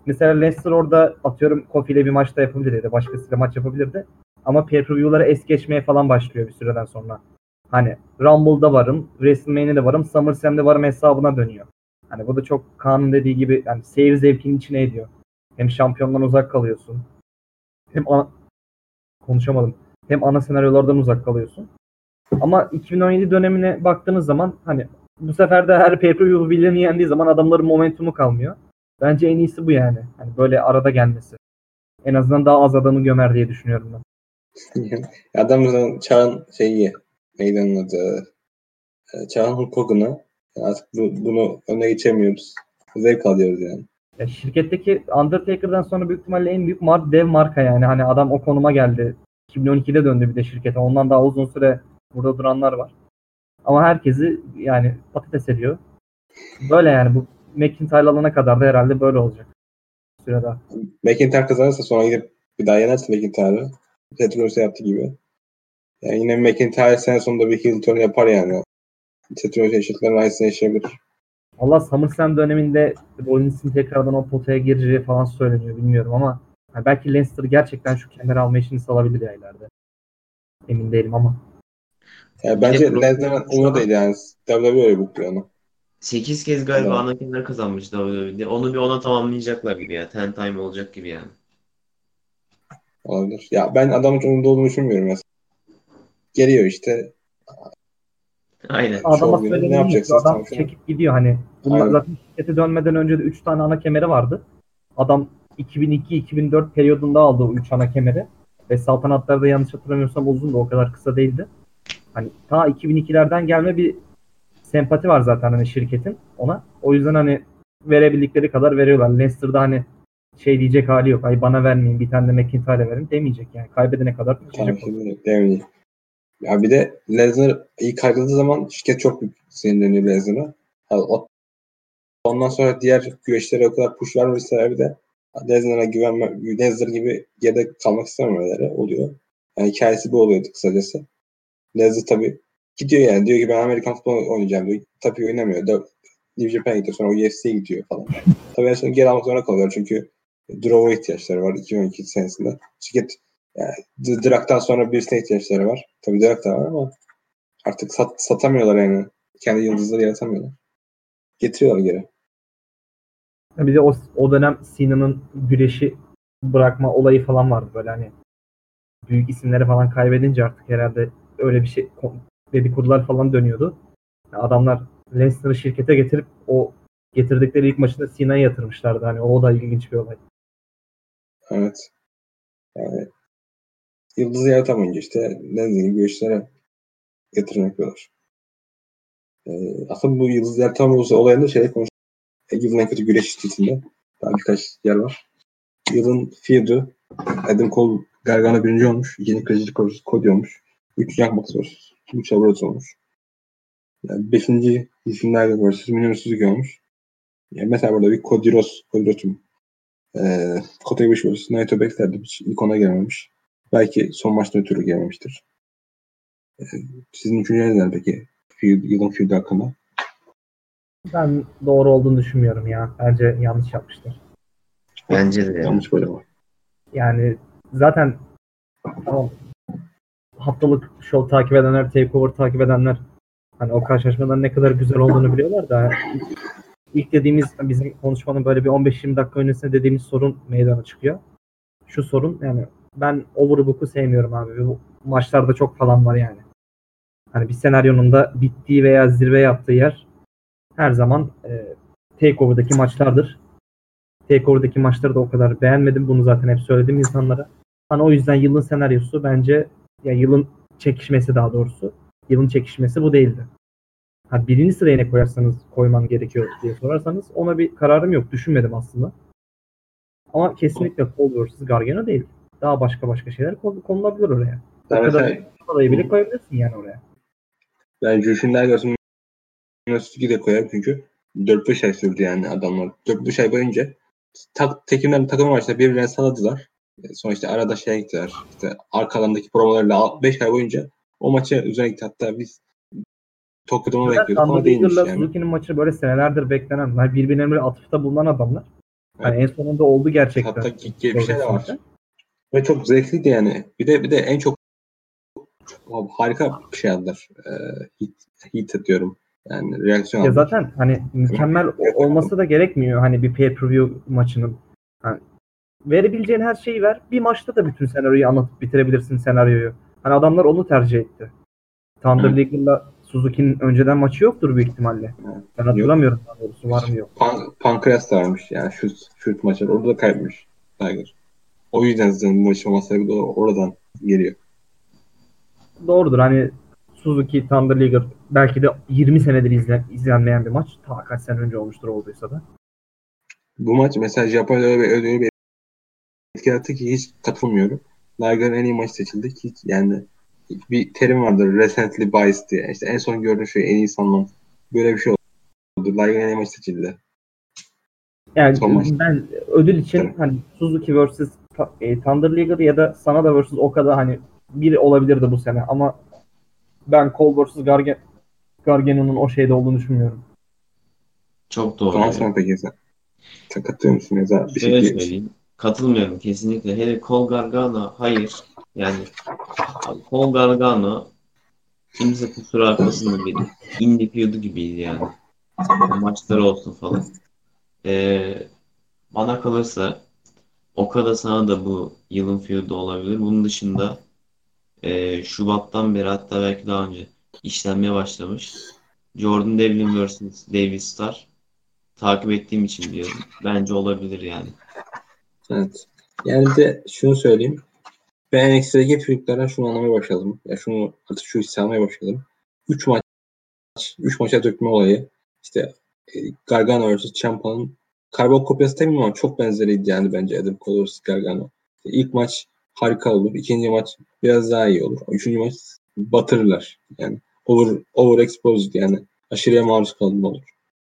mesela Leicester orada atıyorum Kofi ile bir maçta yapabilir ya da başkasıyla maç yapabilirdi. Ama pay-per-view'lara es geçmeye falan başlıyor bir süreden sonra. Hani Rumble'da varım, WrestleMania'da varım, SummerSlam'de varım hesabına dönüyor. Hani bu da çok Kaan'ın dediği gibi yani seyir zevkinin içine ediyor. Hem şampiyondan uzak kalıyorsun. Hem konuşamadım. Hem ana senaryolardan uzak kalıyorsun. Ama 2017 dönemine baktığınız zaman hani bu sefer de her pay-per-view birilerini yendiği zaman adamların momentumu kalmıyor. Bence en iyisi bu yani. Hani böyle arada gelmesi. En azından daha az adamı gömer diye düşünüyorum ben. Adamın Çağın neydi onun adı? Çağın Hulk Hogan'ı artık bunu önüne geçemiyoruz. Zevk alıyoruz yani. Ya şirketteki Undertaker'dan sonra büyük ihtimalle en büyük dev marka yani. Hani adam o konuma geldi. 2012'de döndü bir de şirkete. Ondan daha uzun süre burada duranlar var. Ama herkesi yani patates ediyor. Böyle yani bu McIntyre alana kadar da herhalde böyle olacak. Sürede. McIntyre kazanırsa sonra gidip bir daha yenerse McIntyre'ı Seth Rollins yaptığı gibi. Yani yine McIntyre sene sonunda bir heel turn yapar yani. Seth Rollins eşitlerin aynısını yaşayabilir. Allah SummerSlam döneminde Rollins'in tekrardan o potaya gireceği falan söyleniyor. Bilmiyorum ama yani belki Leicester gerçekten şu kemer alma işini salabilir ya ileride. Emin değilim ama. Yani Bir de bence Brock Lesnar'ın şu umurunda an değil yani. WWE öyle bukluyor onu. 8 kez galiba ana kemer kazanmış WWE'de. Onu bir ona tamamlayacaklar gibi ya. Ten time olacak gibi yani. Olabilir. Ya ben adamın umurunda olduğunu düşünmüyorum mesela. Geliyor işte Aynen. Adama şov günü. Ne söyleneni yapıyor. yapacaksınız Adam tam şu an? çekip gidiyor hani. Bunlar Aynen. zaten şirkete dönmeden önce de 3 tane ana kemeri vardı. Adam 2002-2004 periyodunda aldı o 3 ana kemeri. Ve saltanatlarda yanlış hatırlamıyorsam uzun da o kadar kısa değildi. Hani ta 2002'lerden gelme bir sempati var zaten hani şirketin ona. O yüzden hani verebildikleri kadar veriyorlar. Leicester'da hani şey diyecek hali yok. Ay bana vermeyin bir tane de McIntyre'e verin demeyecek yani. Kaybedene kadar Tamam taşıyacak o. şimdi demeyeyim. Ya bir de Lesnar ilk ayrıldığı zaman şirket çok büyük sinirleniyor Lesnar'a. Ondan sonra diğer güreşlere o kadar push vermeseler bir de Lesnar gibi geride kalmak istememeleri oluyor. Yani hikayesi bu oluyordu kısacası. Lesnar tabii gidiyor yani. Diyor ki ben Amerikan futbolu oynayacağım diyor. Tabii oynamıyor. New Japan'a gidiyor. Sonra UFC'ye gidiyor falan. Tabii en son geri almak zorunda kalıyor. Çünkü Draw'a ihtiyaçları var 2012 senesinde. Şirket yani Drak'tan sonra birisine ihtiyaçları var. Tabii Drak da var ama artık satamıyorlar yani. Kendi yıldızları yaratamıyorlar. Getiriyorlar geri. Bir de o dönem Cena'nın güreşi bırakma olayı falan vardı böyle hani büyük isimleri falan kaybedince artık herhalde öyle bir şey dedikodular falan dönüyordu. Yani adamlar Lesnar'ı şirkete getirip o getirdikleri ilk maçında Cena'yı yatırmışlardı. Hani o da ilginç bir olay. Evet. Yani yıldızı yaratamayınca işte Lenzi gibi güreşlere yatırım yapıyorlar. Aslında bu yıldız yaratama olayında konuşuyoruz. Yılın en kötü güreş listesinde daha birkaç yer var. Yılın feud'u Adam Cole Gargano birinci olmuş. İkinci Kraliçe Cody olmuş. Üç Young Bucks var. Üç Bros olmuş. Yani beşinci isimler vs. Minoru Suzuki olmuş. Yani mesela burada bir Cody Rhodes Kota Ibushi vs. Naito beklerdi. Hiç ilk ona gelmemiş. Belki son maçta ötürü gelmemiştir. Sizin düşünceniz neler peki? Yılın feud'u hakkında. Ben doğru olduğunu düşünmüyorum ya. Bence yanlış yapmışlar. Bence de ya. Yanlış böyle var. Yani zaten tamam haftalık show takip edenler, takeover takip edenler hani o karşılaşmaların ne kadar güzel olduğunu biliyorlar da ilk dediğimiz bizim konuşmanın böyle bir 15-20 dakika öncesinde dediğimiz sorun meydana çıkıyor. Şu sorun yani ben overbook'u sevmiyorum abi. Bu maçlarda çok falan var yani. Hani bir senaryonun da bittiği veya zirve yaptığı yer her zaman takeover'daki maçlardır. Takeover'daki maçları da o kadar beğenmedim. Bunu zaten hep söyledim insanlara. Hani o yüzden yılın senaryosu bence ya yılın çekişmesi daha doğrusu. Yılın çekişmesi bu değildi. Ha, birinci sıraya ne koyman gerekiyor diye sorarsanız ona bir kararım yok. Düşünmedim aslında. Ama kesinlikle Cole vs. Gargano değil. Daha başka şeyler konulabilir oraya. O Ben kadar mesela parayı bile koyabilirsin yani oraya. ben Jushin Ligers'ın Suzuki'yi de koyarım çünkü 4-5 ay sürdü yani adamlar. 4-5 ay boyunca tekimler takım maçta birbirlerine saladılar. Sonra işte arada gittiler. İşte arka alandaki promolarla 5 ay boyunca o maça üzerine gitti. Hatta biz Tokyo'da onu bekliyorduk ama değilmiş Undertaker'la yani. Suzuki'nin maçı böyle senelerdir beklenen, birbirlerine böyle atıfta bulunan adamlar. Hani en sonunda oldu gerçekten. Hatta bir şey de var. Ve çok zevkliydi yani. Bir de en çok harika bir şey aldılar. Hit atıyorum. Yani reaksiyon Ya aldılar. zaten hani mükemmel olması da gerekmiyor hani bir pay-per-view maçının. Hani verebileceğin her şeyi ver. Bir maçta da bütün senaryoyu anlatıp bitirebilirsin senaryoyu. Hani adamlar onu tercih etti. Thunder Liger'la Suzuki'nin önceden maçı yoktur büyük ihtimalle. Ben hatırlamıyorum daha doğrusu var mı yok. Pankreas da varmış yani şut maçı. Orada da kaybetmiş Tiger. O yüzden zaten bu maçın olması da oradan geliyor. Doğrudur hani Suzuki Thunder Liger belki de 20 senedir izlenmeyen bir maç. Ta kaç sene önce olmuştur olduysa da. Bu maç mesela Japonya'da öyle bir etki yarattı ki hiç katılmıyorum. Liger'ın en iyi maçı seçildi. Hiç yani bir terim vardır. Recently biased diye. İşte en son gördüğün şey en iyi sanılan. Böyle bir şey oldu. Liger'ın en iyi maçı seçildi. Yani Son maç. ben ödül için hani Suzuki vs Thunder Liger ya da Sanada vs Okada hani biri olabilirdi bu sene ama ben Cole vs Gargano'nun o şeyde olduğunu düşünmüyorum. Çok doğru Tamam ya. sen peki sen katılıyor musun ya da bir Şöyle şey diyelim. söyleyeyim. Katılmıyorum kesinlikle. Hele Cole Gargano hayır. Yani abi, Cole Gargano kimse kusura bakmasın da bir indie feud'u gibiydi yani. Maçları olsun falan. Ee, Bana kalırsa Okada sana da bu yılın feud'u olabilir. Bunun dışında Şubat'tan beri hatta belki daha önce işlenmeye başlamış. Jordan Devlin vs. David Starr takip ettiğim için diyorum. Bence olabilir yani. Evet. Yani bir de şunu söyleyeyim. Ben NXT'deki çocuklara şunu anlamaya başladım. Ya şunu artık şu hissi almaya başladım. 3 maç, 3 maça dökme olayı. İşte Gargano vs. Ciampa'nın karbon kopyası demeyeyim ama çok benzeriydi yani bence Adam Cole vs. Gargano. İlk maç harika olur. İkinci maç biraz daha iyi olur. Üçüncü maç batırırlar. Yani overexposed yani aşırıya maruz kalın olur.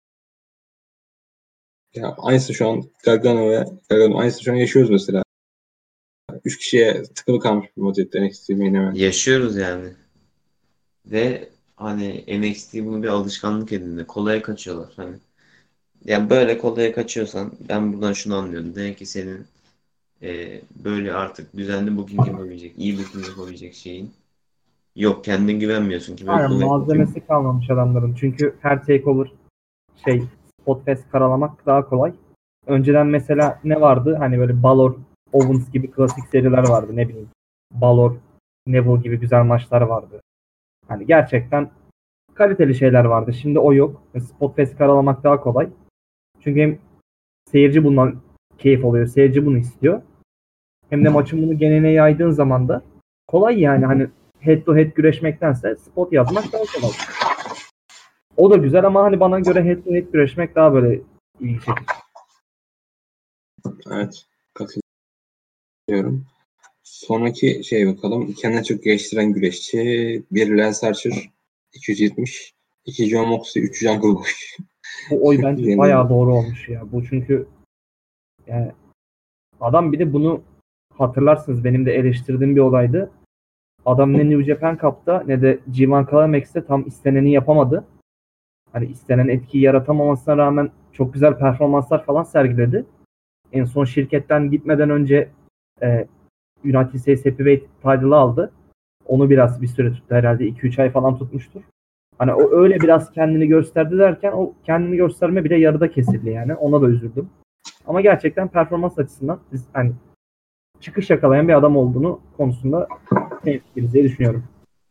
Ya aynısı şu an Gargano aynısı şu an yaşıyoruz mesela. 3 kişiye tıkılı kalmış bir vaziyette NXT main event. Yaşıyoruz yani. Ve hani NXT bunu bir alışkanlık edindi. Kolaya kaçıyorlar. Hani yani böyle kolaya kaçıyorsan ben buradan şunu anlıyorum. Demek ki senin böyle artık düzenli booking yapabilecek, iyi booking yapabilecek şeyin yok. Kendine güvenmiyorsun ki ben Aynen kolaya kaçıyorum. malzemesi kalmamış adamların. Çünkü her takeover Spotfest karalamak daha kolay. Önceden mesela ne vardı? Hani böyle Balor, Owens gibi klasik seriler vardı. Ne bileyim. Balor, Neville gibi güzel maçlar vardı. Hani gerçekten kaliteli şeyler vardı. Şimdi o yok. Spotfest karalamak daha kolay. Çünkü hem seyirci bundan keyif alıyor. Seyirci bunu istiyor. Hem de maçın bunu geneline yaydığın zaman da kolay yani hani head to head güreşmektense spot yazmak daha kolay. O da güzel ama hani bana göre head to head güreşmek daha böyle ilgi çekici. Evet. Katılıyorum. Sonraki bakalım. Kendine çok geliştiren güreşçi. Bir Lance Archer 270. 2 John Moxley. 3 Jungle Boy. Bu oy bence bayağı Diyelim. doğru olmuş ya. Bu çünkü yani adam bir de bunu hatırlarsınız benim de eleştirdiğim bir olaydı. Adam ne New Japan Cup'ta ne de G1 Climax'te tam isteneni yapamadı. Hani istenen etkiyi yaratamamasına rağmen çok güzel performanslar falan sergiledi. En son şirketten gitmeden önce e, United States Heavyweight title'ı aldı. Onu biraz bir süre tuttu herhalde. 2-3 ay falan tutmuştur. Hani o öyle biraz kendini gösterdi derken o kendini gösterme bile yarıda kesildi yani. Ona da üzüldüm. Ama gerçekten performans açısından biz hani çıkış yakalayan bir adam olduğunu konusunda hemfikiriz diye düşünüyorum.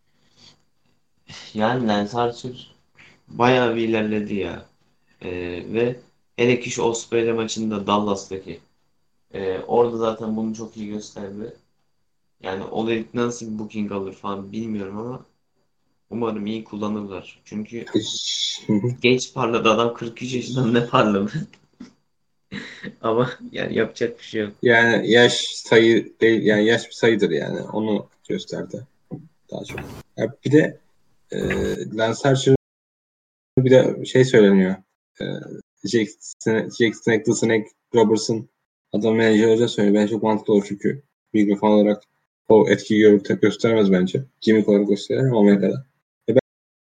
Yani Lance Archer bayağı bir ilerledi ya. Ve hele ki şu Ospreay maçında Dallas'taki orada zaten bunu çok iyi gösterdi. Yani Oleg nasıl bir booking alır falan bilmiyorum ama umarım iyi kullanırlar. Çünkü genç parladı adam 43 yaşında ne parladı. Ama yani yapacak bir şey yok. Yani yaş sayı değil yani yaş bir sayıdır yani. Onu gösterdi daha çok. Ya bir de Lance Archer'ın bir de söyleniyor. E, Jake Snake, The Snake Robertson adam menajer olacak söylüyor. Bence çok mantıklı olur çünkü mikrofon olarak o etkiyi göstermez bence. Gimmick olarak gösterir ama Amerika'da.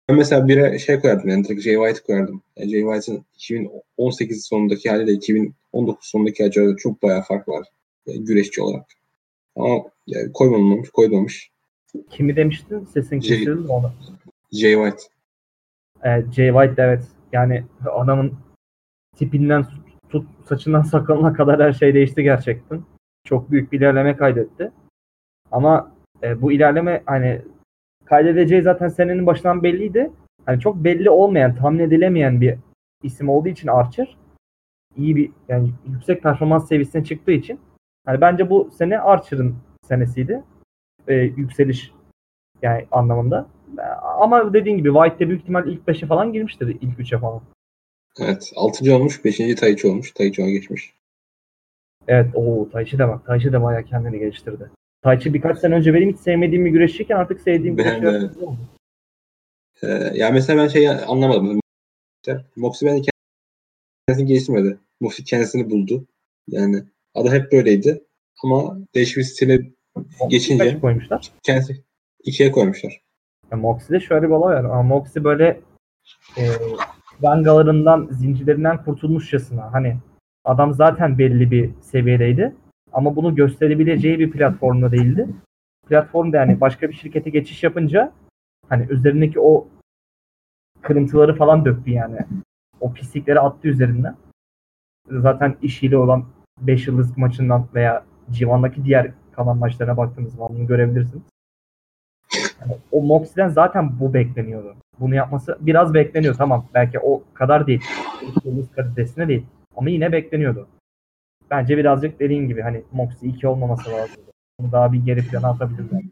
mesela bir şey koyardım yani direkt Jay White koyardım. Yani Jay White'ın 2018 sonundaki haliyle 2019 sonundaki hali çok bayağı fark var. Yani güreşçi olarak. Ama yani koymamış. Kimi demiştin? Sesin Jay, kesildi mi onu? Jay White. Jay White, evet. Yani adamın tipinden tut saçından sakalına kadar her şey değişti gerçekten. Çok büyük bir ilerleme kaydetti. Ama bu ilerleme hani kaydedeceği zaten senenin başından belliydi. Hani çok belli olmayan, tahmin edilemeyen bir isim olduğu için Archer iyi bir yani yüksek performans seviyesine çıktığı için hani bence bu sene Archer'ın senesiydi. Yükseliş yani anlamında. Ama dediğin gibi White de büyük ihtimal ilk 5'e falan girmiştir. İlk 3'e falan. Evet. 6. olmuş. 5. Taichi olmuş. Taichi ona geçmiş. Evet, Taichi de bak. Taichi de bayağı kendini geliştirdi. Taichi birkaç sene önce benim hiç sevmediğim bir güreşçiyken artık sevdiğim Ben güreşçiler de. oldu. Yani mesela ben şeyi anlamadım. Moxie bence kendisini geliştirmedi. Moxie kendisini buldu. Yani adı hep böyleydi. Ama değişik bir stile Moxie'yi kaç geçince koymuşlar? kendisi 2'ye koymuşlar. Moxie'de şöyle bir olay var. Ama Moxie böyle rangalarından, zincirlerinden kurtulmuşçasına. Hani adam zaten belli bir seviyedeydi. Ama bunu gösterebileceği bir platformda değildi. Platformda yani başka bir şirkete geçiş yapınca hani üzerindeki o kırıntıları falan döktü yani. O pislikleri attı üzerinden. Zaten işiyle olan 5 yıldız maçından veya G1'daki diğer kalan maçlarına baktığınız zaman bunu görebilirsiniz. Yani o Moxie'den zaten bu bekleniyordu. Bunu yapması biraz bekleniyor, tamam. Belki o kadar değil. Yıldız kalitesine değil. Ama yine bekleniyordu. Bence birazcık dediğim gibi hani Moxie 2 olmaması lazım. Bunu daha bir geri plana atabilirler.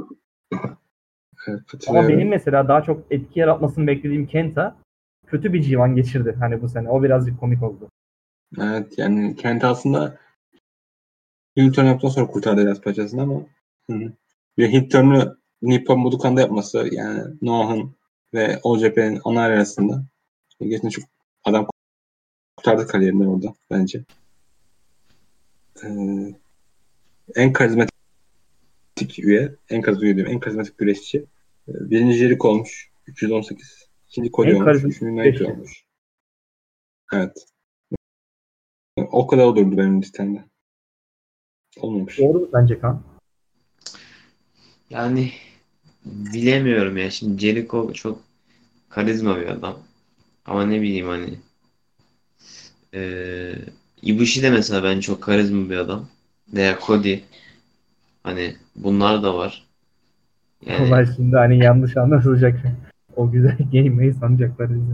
Evet, Ama benim katılıyorum. mesela daha çok etki yaratmasını beklediğim Kenta kötü bir G1 geçirdi hani bu sene. O birazcık komik oldu. Evet yani Kent aslında Heel turn yaptıktan sonra kurtardı biraz paçasını ama ve Heel turn'u Nippon Budokan'da yapması yani Noah'ın ve All Japan'in ana arasında gerçekten çok adam kurtardı kariyerinden orada bence. Ee, en karizmatik üye, en karizmatik güreşçi. Birinci Jericho olmuş. 318. İkinci Cody En olmuş. karizmatik Üçüncü Naito güreşçi. olmuş. Evet. O kadar olurdu benim listemde. Olmamış. Doğru bence Kan. Yani bilemiyorum ya. Şimdi Jericho çok karizma bir adam. Ama ne bileyim hani eee Ibushi de mesela ben çok karizma bir adam. Veya Cody. Hani bunlar da var. Yani Vallahi şimdi hani yanlış anlaşılacak. O güzel game'yi sanacaklar bize.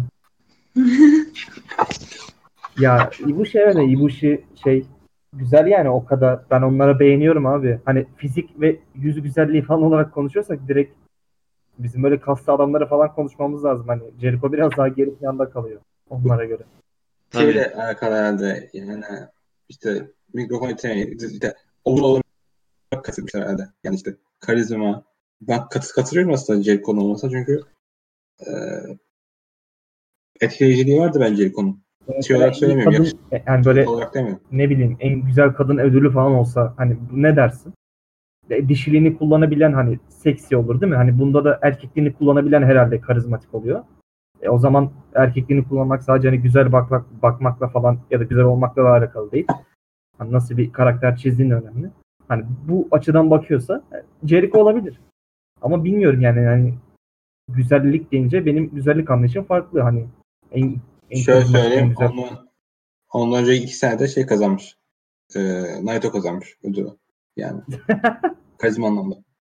Ya Ibushi, evet, Ibushi şey güzel yani, o kadar ben onlara beğeniyorum abi. Hani fizik ve yüz güzelliği falan olarak konuşuyorsak direkt bizim böyle kaslı adamları falan konuşmamız lazım. Hani Jericho biraz daha geri planda kalıyor onlara göre. tabii. Şeyle alakalı herhalde yani işte mikrofon yeteneği işte overall olarak katılmışlar herhalde. Yani işte karizma. Ben katılıyorum aslında Jericho'nun olmasa çünkü e, etkileyiciliği vardı bence Jericho'nun. Şey Mesela olarak en iyi söylemiyorum. kadın yani Yakışıklı böyle olarak demiyorum. ne bileyim en güzel kadın ödülü falan olsa hani ne dersin? Dişiliğini kullanabilen hani seksi olur değil mi? Hani bunda da erkekliğini kullanabilen herhalde karizmatik oluyor. O zaman erkekliğini kullanmak sadece hani güzel bakmakla falan ya da güzel olmakla da alakalı değil. Hani nasıl bir karakter çizdiğin önemli. Hani bu açıdan bakıyorsa Jericho olabilir. Ama bilmiyorum yani güzellik deyince benim güzellik anlayışım farklı. Hani en Şöyle karizmatik, en söyleyeyim. güzel. Ondan önce 2 senede şey kazanmış. Naito kazanmış ödülü. Yani karizma anlamda.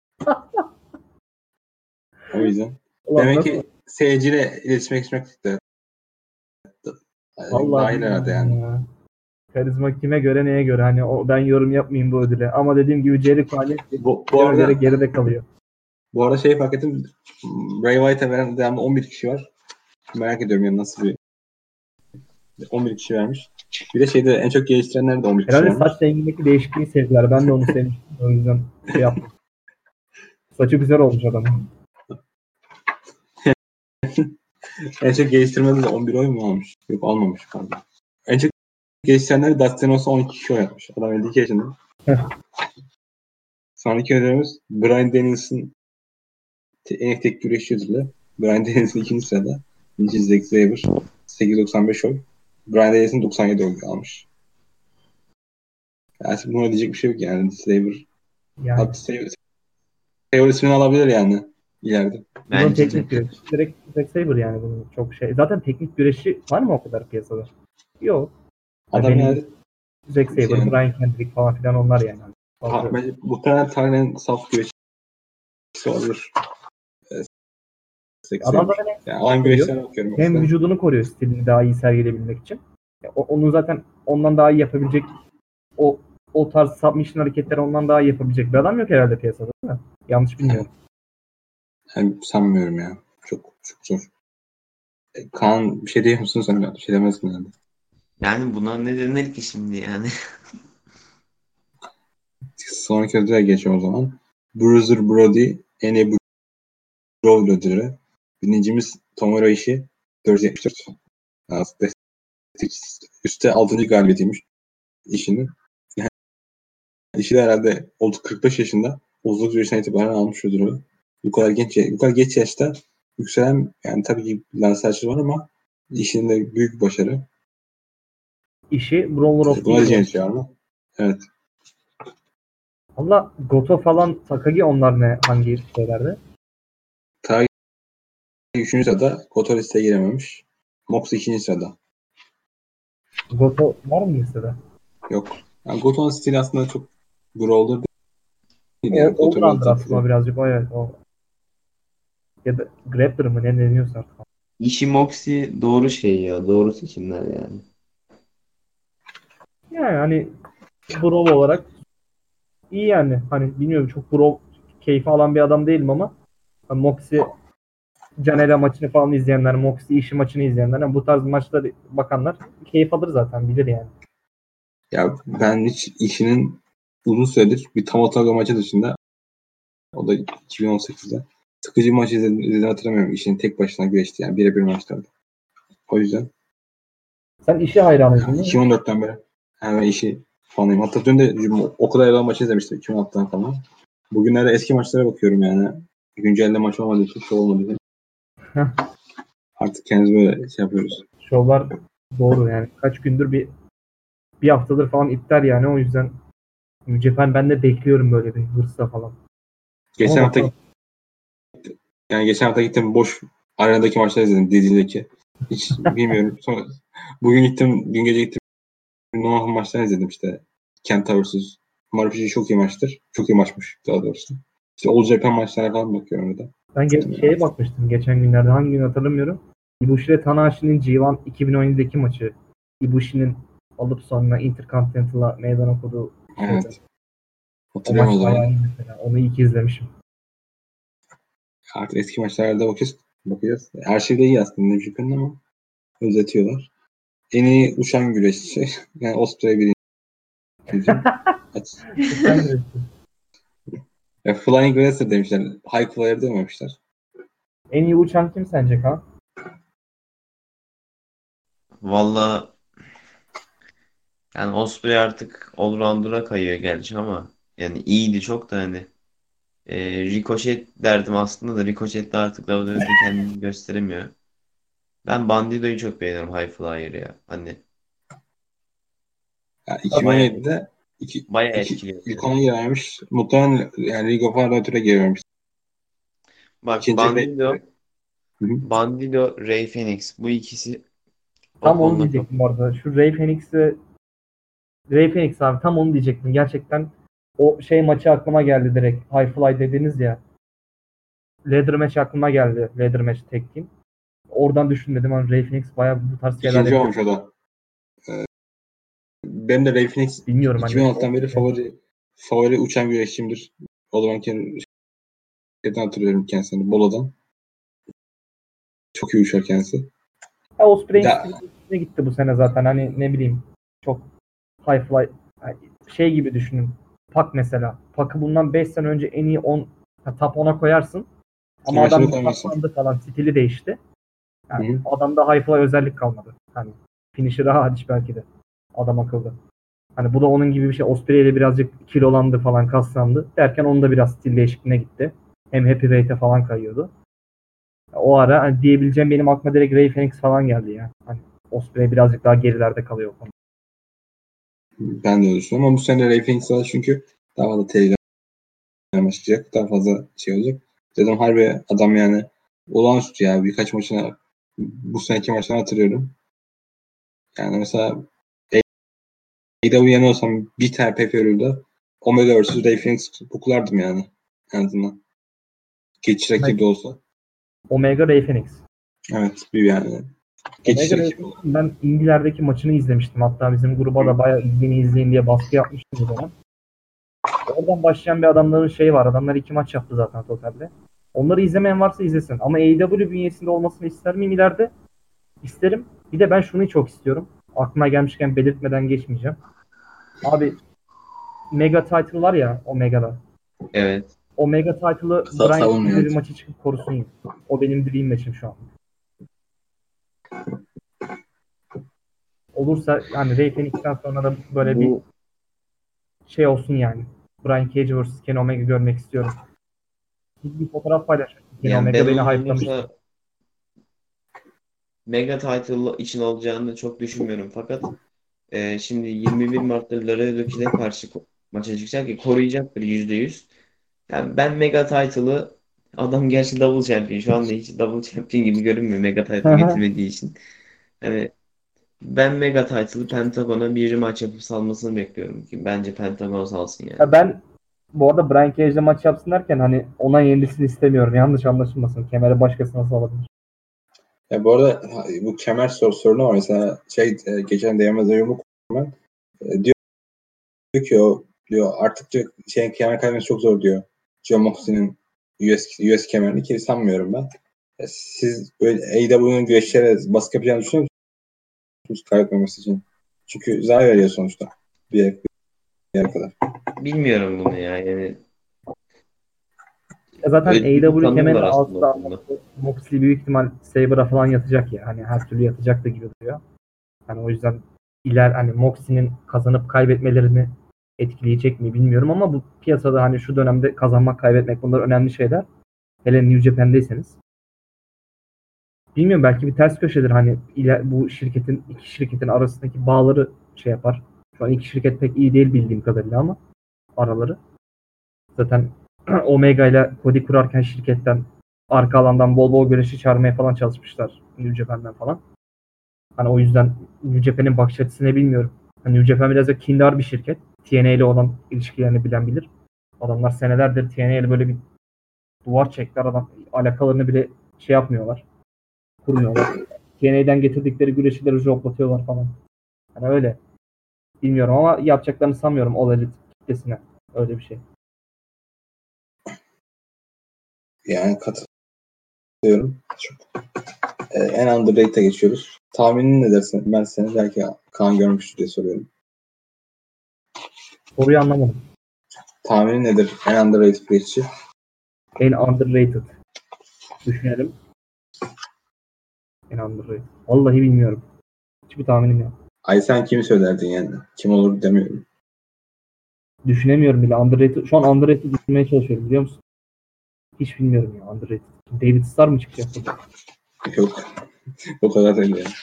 O yüzden. Ulan Demek nasıl? ki seyirciyle iletişime geçmek de Vallahi dahil herhalde bilmiyorum yani. ya. Karizma kime göre neye göre, hani ben yorum yapmayayım bu ödüle. Ama dediğim gibi Jericho hani Bu göre göre arada geride kalıyor. şeyi fark ettim. Bray Wyatt'a veren devamlı 11 kişi var. Merak ediyorum yani nasıl bir 11 kişi vermiş. Bir de şeyde en çok geliştirenler de 11 kişi Herhalde vermiş. saç rengindeki değişikliği sevdiler. Ben de onu sevmiştim. O yüzden şey yaptım. Saçı güzel olmuş adamın. En çok geliştirmede de 11 oy mu almış? Yok almamış pardon. En çok geliştirenler Dustin olsa 12 kişi oy yapmış. Adam 52 yaşında. Sonraki ödülümüz Bryan Danielson en tek güreşçi ödülü. Brian Danielson 2. sırada. İkinci Zack Sabre 895 oy. Brian Danielson 97 oy almış. Yani buna diyecek bir şey yok yani. Sabre Yani hatta Sabre ismini alabilir yani ileride. bunun Bence de. teknik güreşi direkt Zack Sabre yani bunun çok şey. Zaten teknik güreşi var mı o kadar piyasada? Yok. Yani Adam benim yani Zack Sabre, yani, Brian Kendrick falan filan onlar yani. Fazla. bence muhtemelen tarihin saf güreşçisi olabilir. Zack Adam Sabre. zaten Yani alan koruyor. güreşlerine bakıyorum Hem mesela. vücudunu koruyor stilini daha iyi sergileyebilmek için. Onu zaten ondan daha iyi yapabilecek o tarz submission hareketleri ondan daha iyi yapabilecek bir adam yok herhalde piyasada, değil mi? Yanlış bilmiyorum. Yani sanmıyorum ya. Çok zor. Kaan bir şey diyor musun sen? Bir şey demezsin herhalde. Yani buna ne denir ki şimdi yani? Sonraki ödüle geçiyorum o zaman. Bruiser Brody en iyi Brawl ödülü. Birincimiz Tomohiro Ishii 474. Aslında üstte 6. galibiyetiymiş işini. Yani işi de herhalde 45 yaşında uzun süreçten itibaren almış ödülü. Bu kadar geç yaşta yükselen yani tabii ki Lance Archer var ama işinin de büyük bir başarı. İşi Brawler of the Buna Year diyeceğiniz olmuş. şey var mı? Evet. Valla Goto falan Takagi onlar ne hangi şeylerde? Takagi 3. sırada. Goto listeye girememiş. Mox 2. sırada. Goto var mı listede? Yok. Yani Goto'nun stili aslında çok brawler değil O yani. Goto biraz Allrounder daha aslında pro. birazcık o, evet, o. Ya da Grappler mı ne deniyorsa artık. Ishimoxi doğru şey ya. Doğru seçimler yani. Yani hani Brawl olarak iyi yani. Hani bilmiyorum çok Brawl keyfi alan bir adam değilim ama hani Moxie Canela maçını falan izleyenler, Moxie işi maçını izleyenler, yani bu tarz maçları bakanlar keyif alır zaten bilir yani. Ya ben hiç işinin uzun süredir bir tam Otago maçı dışında o da 2018'de sıkıcı bir maç izlediğini hatırlamıyorum. İşinin tek başına güreşti yani birebir maçlardı. O yüzden Sen işi hayranıydın yani değil mi? 2014'ten beri hemen işi fanıyım. Hatta dün de okula yalan maçı izlemiştim 2016'dan falan. Bugünlerde eski maçlara bakıyorum yani. Güncelde maç olmadığı için şey olmadığı için. Artık kendimiz böyle şey yapıyoruz. Şovlar doğru yani. Kaç gündür bir haftadır falan iptal yani o yüzden New Japan ben de bekliyorum böyle bir hırsla falan. Geçen Ama hafta bakalım. geçen hafta gittim boş arenadaki maçları izledim Dizi'deki. Hiç bilmiyorum. Sonra bugün gittim, dün gece gittim. Normal maçlarını izledim işte. Kenta vs. Marufuji çok iyi maçtır. Çok iyi maçmış daha doğrusu. İşte All Japan maçlarına falan bakıyorum orada. Ben Yani şeye artık bakmıştım geçen günlerde hangi gün hatırlamıyorum. Ibushi ile Tanahashi'nin G1 2017'deki maçı. Ibushi'nin alıp sonra Intercontinental'a meydan okuduğu şeyde. evet. O Hatırlıyorum o maç bayağı zaman. iyi mesela. Onu iyi ki izlemişim. Artık eski maçlarda bakacağız. Her şey de iyi aslında New Japan'ın ama özetiyorlar. En iyi uçan güreşçi. Yani Osprey birinci. Uçan güreşi. Flying Racer demişler. High Flyer dememişler. En iyi uçan kim sence Kaan? Valla yani Osprey artık allrounder'a kayıyor gerçi ama yani iyiydi çok da hani Ricochet derdim aslında da Ricochet de artık WWE'de kendini gösteremiyor. Ben Bandido'yu çok beğeniyorum High Flyer ya. Hani Yani baya 2017'de baya etkiliyor ilk yani. ona girermiş. Muhtemelen yani League of Legends girermiş. Bak İkinci Hı-hı. Bandido, Ray Phoenix bu ikisi o Tam onu konuda çok diyecektim bu arada. Şu Ray Phoenix abi tam onu diyecektim. Gerçekten o şey maçı aklıma geldi direkt. High Fly dediniz ya. Ladder match aklıma geldi. Ladder match tek team. Oradan düşünmedim ama Ray Phoenix bayağı bu tarz şeyler İkinci yapıyor. olmuş o da. Benim de Ray Phoenix Bilmiyorum hani. 2016'dan beri favori uçan güreşçimdir. O zamanki şeyden hatırlıyorum kendisini. Bola'dan. Çok iyi uçar kendisi. Ya Bir Osprey'in de stiline gitti bu sene zaten. Hani ne bileyim çok high fly yani şey gibi düşünün. Pak mesela. Pak'ı bundan 5 sene önce en iyi 10 top 10'a koyarsın. Ama sonra adam şimdi bir koymazsın. saklandı falan. Stili değişti. Yani Hı-hı. adamda high fly özellik kalmadı. Hani finisher'ı hariç belki de. Adam akıllı. Hani bu da onun gibi bir şey. Osprey ile birazcık kilolandı falan kaslandı. Derken onun da biraz stil değişikliğine gitti. Hem heavyweight'e falan kayıyordu. O ara hani diyebileceğim benim aklıma direkt Rey Fenix falan geldi ya. Hani Osprey birazcık daha gerilerde kalıyor o konuda. Ben de öyle düşünüyorum ama bu sene Ray Phoenix var çünkü daha fazla televizyon başlayacak. Daha fazla şey olacak. Dedim harbi adam yani olağanüstü ya. Birkaç maçına bu seneki maçlarını hatırlıyorum. Yani mesela AEW yanı olsam bir tane pay-per-view'da Omega vs. Ray Phoenix buklardım yani. En azından. Geçiş rakibi de olsa. Omega Rey Fenix. Evet. Bir yani. Geçiş Omega Rey rakibi olur. Fenix'in ben İngilizler'deki maçını izlemiştim. Hatta bizim gruba da bayağı ilgini izleyin diye baskı yapmıştım bir dönem. Oradan başlayan bir adamların şeyi var. Adamlar 2 maç yaptı zaten totalde. Onları izlemeyen varsa izlesin. Ama AEW bünyesinde olmasını ister miyim ileride? İsterim. Bir de ben şunu çok istiyorum. Aklıma gelmişken belirtmeden geçmeyeceğim. Abi Mega Title var ya Omega'da. Evet. O Mega Title'ı Brian Savunmuyor. Cage'le bir Evet. maçı çıkıp korusun ya. O benim dream match'im şu an. Olursa yani Ray Phoenix'ten sonra da böyle bir Bu şey olsun yani. Brian Cage vs. Kenny Omega görmek istiyorum. Bir fotoğraf paylaşmıştım. Kenny yani Omega ben beni uzun hype'lamıştı. olursa Mega Title için olacağını çok düşünmüyorum. Fakat şimdi 21 Mart'ta Laredo Kid'e karşı maça çıkacak ki koruyacaktır %100. Yani ben Mega Title'ı adam gerçi double champion. Şu anda hiç double champion gibi görünmüyor Mega Title getirmediği için. Yani ben Mega Title'ı Pentagon'a bir maç yapıp salmasını bekliyorum ki bence Pentagon salsın yani. Ya ben bu arada Brian Cage'le maç yapsın derken hani ona yenilsin istemiyorum. Yanlış anlaşılmasın. Kemeri başkası nasıl alabilir? Ya bu arada bu kemer sorunu var. Mesela geçen Değmez'e yumruk ben. Diyor ki o diyor artık diyor, kemer kaybetmesi çok zor diyor. John Moxley'nin US kemerini ki sanmıyorum ben. Siz böyle AEW'nun güreşlere baskı yapacağını düşünüyor musunuz kaybetmemesi için? Çünkü zarar veriyor sonuçta bir yere kadar. Bilmiyorum bunu ya. Yani Ya zaten özgürlük AEW kemerini tanıyorlar aslında o alsa konuda. Moxley büyük ihtimal Saber'a falan yatacak ya. Hani her türlü yatacak da gibi duruyor. Hani o yüzden hani Moxley'nin kazanıp kaybetmelerini etkileyecek mi bilmiyorum ama bu piyasada hani şu dönemde kazanmak kaybetmek bunlar önemli şeyler. Hele New Japan'deyseniz. Bilmiyorum belki bir ters köşedir hani bu iki şirketin arasındaki bağları şey yapar. Şu an iki şirket pek iyi değil bildiğim kadarıyla ama araları. Zaten Omega ile Cody kurarken şirketten arka alandan bol bol güreşi çağırmaya falan çalışmışlar New Japan'dan falan. Hani o yüzden New Japan'in bakış açısını bilmiyorum. Hani New Japan biraz da kindar bir şirket. TNA ile olan ilişkilerini bilen bilir. Adamlar senelerdir TNA ile böyle bir duvar çektiler. Adam alakalarını bile şey yapmıyorlar. Kurmuyorlar. TNA'den getirdikleri güreşçileri joplatıyorlar falan. Hani öyle. Bilmiyorum ama yapacaklarını sanmıyorum All Elite kitlesine. Öyle bir şey. Yani katılıyorum. Çok. En underrated'e geçiyoruz. Tahminin ne dersin? Ben seni belki Kaan görmüştür diye soruyorum. Soruyu anlamadım. Tahminin nedir? En underrated güreşçi. En underrated. Düşünelim. En underrated. Vallahi bilmiyorum. Hiçbir tahminim yok. Ay sen kimi söylerdin yani? Kim olur demiyorum. Düşünemiyorum bile. Underrated. Şu an underrated düşünmeye çalışıyorum biliyor musun? Hiç bilmiyorum ya underrated. David Starr mı çıkacak burada? Yok. O kadar değil yani.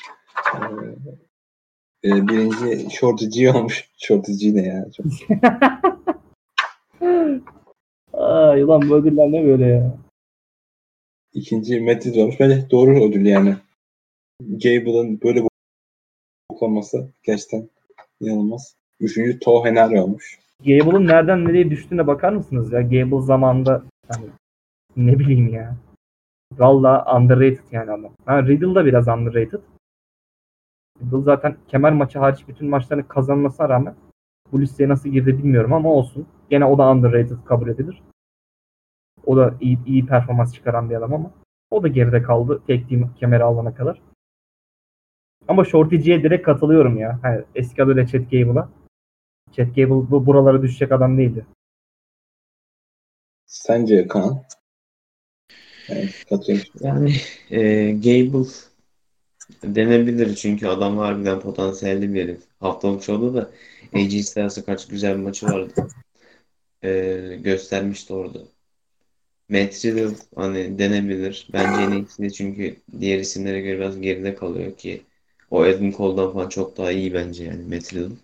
Birinci Shorty G olmuş. Shorty G ne ya? Çok. Ay ulan bu ödüller ne böyle ya? İkinci Matt olmuş. Bence doğru ödül yani. Gable'ın böyle buklanması gerçekten inanılmaz. Üçüncü Toho Henare olmuş. Gable'ın nereden nereye düştüğüne bakar mısınız ya? Gable zamanında hani ne bileyim ya. Valla underrated yani adam. Ha, Riddle da biraz underrated. Riddle zaten kemer maçı hariç bütün maçlarını kazanmasına rağmen bu listeye nasıl girdi bilmiyorum ama olsun. Gene o da underrated kabul edilir. O da iyi performans çıkaran bir adam ama o da geride kaldı tek team kemeri alana kadar. Ama Shorty G'ye direkt katılıyorum ya. Hani eski adıyla Chad Gable'a. Chad Gable bu buralara düşecek adam değildi. Sence Kaan? Yani katılıyor musun? Yani Gable denebilir çünkü adam harbiden potansiyelli bir herif. Haftalık şovda da AJ Styles'a karşı güzel bir maçı vardı. Göstermişti orada. Matt Riddle hani denebilir. Bence NXT'de çünkü diğer isimlere göre biraz geride kalıyor ki o Adam Cole'dan falan çok daha iyi bence yani Matt Riddle.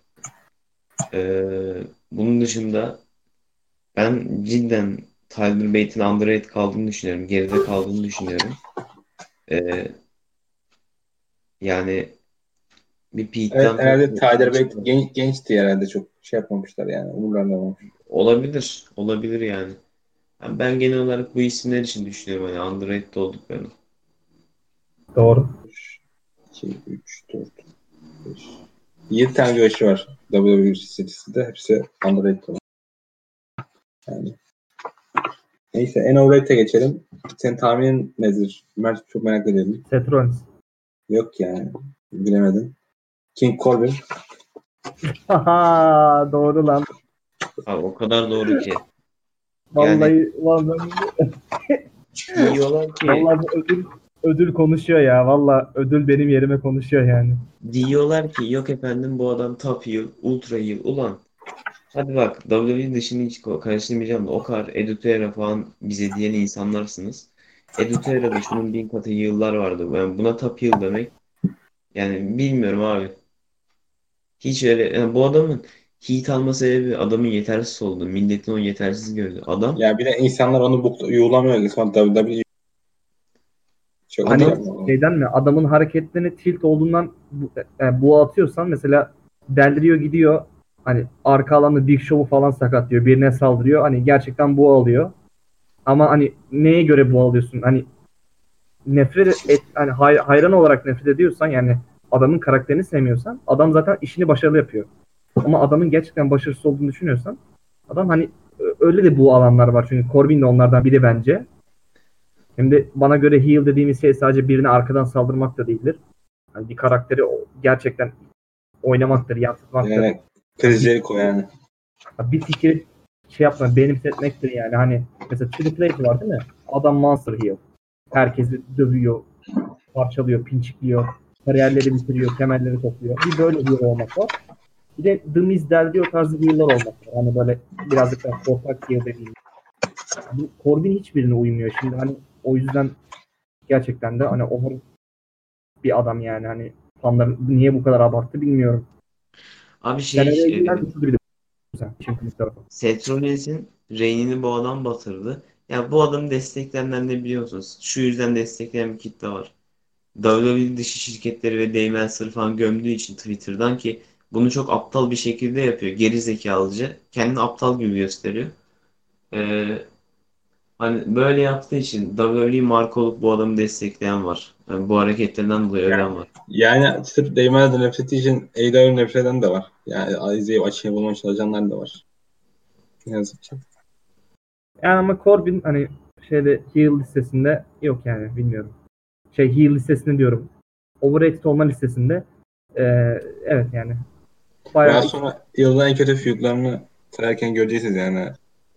Bunun dışında ben cidden Tyler Bate'in underrated kaldığını düşünüyorum. Geride kaldığını düşünüyorum. Ee, yani bir Evet, Pete'den herhalde Tyler Bate çıkmadı. gençti herhalde, çok şey yapmamışlar yani. Umurlarında olmamış. Olabilir. Olabilir yani. Yani ben genel olarak bu isimler için düşünüyorum hani underrated olduklarını. Doğru. 2, 3, 4, 5. 7 tane güreşçi var WWE listesinde. Hepsi underrated olan. Yani. Neyse, en overrated geçelim. Senin tahminin nedir? Mert, çok merak ediyorum. Seth Rollins. Yok yani. Bilemedin. King Corbin. Haha, doğru lan. Abi o kadar doğru ki. Yani Vallahi diyorlar ki vallahi bu ödül konuşuyor ya. Vallahi ödül benim yerime konuşuyor yani. diyorlar ki yok efendim bu adam top heel, ultra heel. Ulan hadi bak WWE dışını hiç karıştırmayacağım da o kadar Edu falan bize diyen insanlarsınız. Edu Terra'da şunun bin katı yıllar vardı. Yani buna top heel demek yani bilmiyorum abi. Hiç öyle yani bu adamın heat alma sebebi adamın yetersiz oldu. Milletin onu yetersiz gördü. Adam Ya bir de insanlar onu yuğulamıyor. Sonra WWE çok şey Hani adam yapmıyor. şeyden mi, adamın hareketlerine tilt olduğundan bu atıyorsan mesela Del Rio gidiyor, hani arka alanda Big Show'u falan sakatlıyor, birine saldırıyor, hani gerçekten bu alıyor, ama hani neye göre bu alıyorsun, hani nefret et, hani hayran olarak nefret ediyorsan, yani adamın karakterini sevmiyorsan, adam zaten işini başarılı yapıyor, ama adamın gerçekten başarısız olduğunu düşünüyorsan, adam hani öyle de bu alanlar var, çünkü Corbin de onlardan biri bence. Şimdi bana göre heal dediğimiz şey sadece birine arkadan saldırmak da değildir. Yani bir karakteri gerçekten oynamaktır, yansıtmaktır. Yani Yani Chris Jericho yani. bir fikri şey yapma, benimsetmektir yani. Hani mesela Triple H var değil mi? Adam Monster Heel. Herkesi dövüyor, parçalıyor, pinçikliyor. Kariyerleri bitiriyor, kemerleri topluyor. Bir böyle heel olmak var. Bir de The Miz, Del Rio tarzı heal'lar olmak var. Hani böyle birazcık daha korkak heel dediğimiz. Bu Corbin hiçbirine uymuyor. Şimdi hani o yüzden gerçekten de hani over bir adam, yani hani fanlar niye bu kadar abarttı bilmiyorum. abi Senaryoya girer mi? Bir de sen. Şimdi tarafı. Seth Rollins'in Reigns'ini bu adam batırdı. Ya bu adamı destekleyenler ne biliyorsunuz? Şu yüzden destekleyen bir kitle var. WWE dışı şirketleri ve Damon Sırfan gömdüğü için Twitter'dan ki bunu çok aptal bir şekilde yapıyor. Geri zekalıca. Kendini aptal gibi gösteriyor. Ee, hani böyle yaptığı için WWE marka olup bu adamı destekleyen var. Yani bu hareketlerinden dolayı ölen var. Yani sırf Dayman'a nefret için AEW'nin nefret eden de var. Yani izleyip açığa bulmaya çalışanlar da var. Ne yazık ki. Yani ama Corbin hani şeyde heel listesinde yok yani, bilmiyorum. Heel listesinde diyorum. Overrated olma listesinde e, evet yani Biraz bayağı sonra yılın en kötü feudlarını sayarken göreceksiniz yani.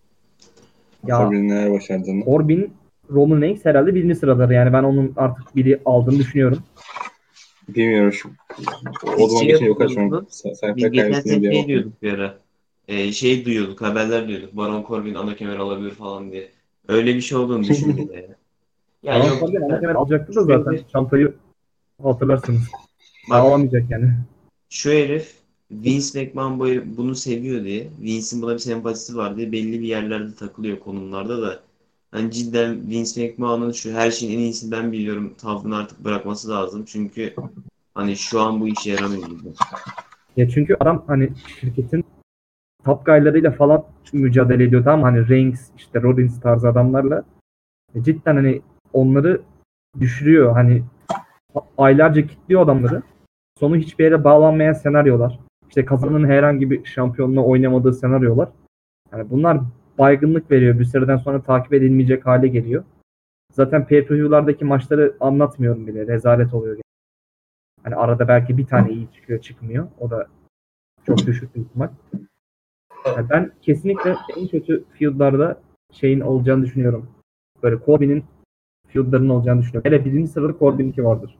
ya Corbin'in neler başardığını. Corbin, Roman Reigns herhalde birinci sıradadır. Yani ben onun artık biri aldığını düşünüyorum. Bilmiyorum o Siz zaman şey geçince yok hatırlıyor açmam. musunuz? Biz Sayfaya geçen kaybettiğini sene diye şey bakıyorum. diyorduk bir ara. Şey duyuyorduk, haberler diyorduk. Baron Corbin ana kemer alabilir falan diye. Öyle bir şey olduğunu düşünmüyor yani. Ya Baron yok Corbin ana cidden. kemer alacaktı da Şu zaten. herif, Çantayı hatırlarsınız. Ha, bak alamayacak yani. şu herif Vince McMahon bunu seviyor diye, Vince'in buna bir sempatisi var diye belli bir yerlerde takılıyor konumlarda da. Hani cidden Vince McMahon'un şu her şeyin en iyisini ben biliyorum tavrını artık bırakması lazım. Çünkü hani şu an bu işe yaramıyor cidden. Ya çünkü adam hani şirketin top guy'larıyla falan mücadele ediyor, tamam mı? Hani Reigns, işte Rollins tarzı adamlarla. Cidden hani onları düşürüyor. Hani aylarca kilitliyor adamları. Sonu hiçbir yere bağlanmayan senaryolar. İşte kazanın herhangi bir şampiyonla oynamadığı senaryolar. Yani bunlar baygınlık veriyor. Bir süreden sonra takip edilmeyecek hale geliyor. Zaten pay-per-view'lardaki maçları anlatmıyorum bile. Rezalet oluyor. Hani arada belki bir tane iyi çıkıyor, çıkmıyor. O da çok düşük bir ihtimal. Yani ben kesinlikle en kötü field'larda şeyin olacağını düşünüyorum. Böyle Corbin'in field'larının olacağını düşünüyorum. Hele birinci sırada Corbin'inki vardır.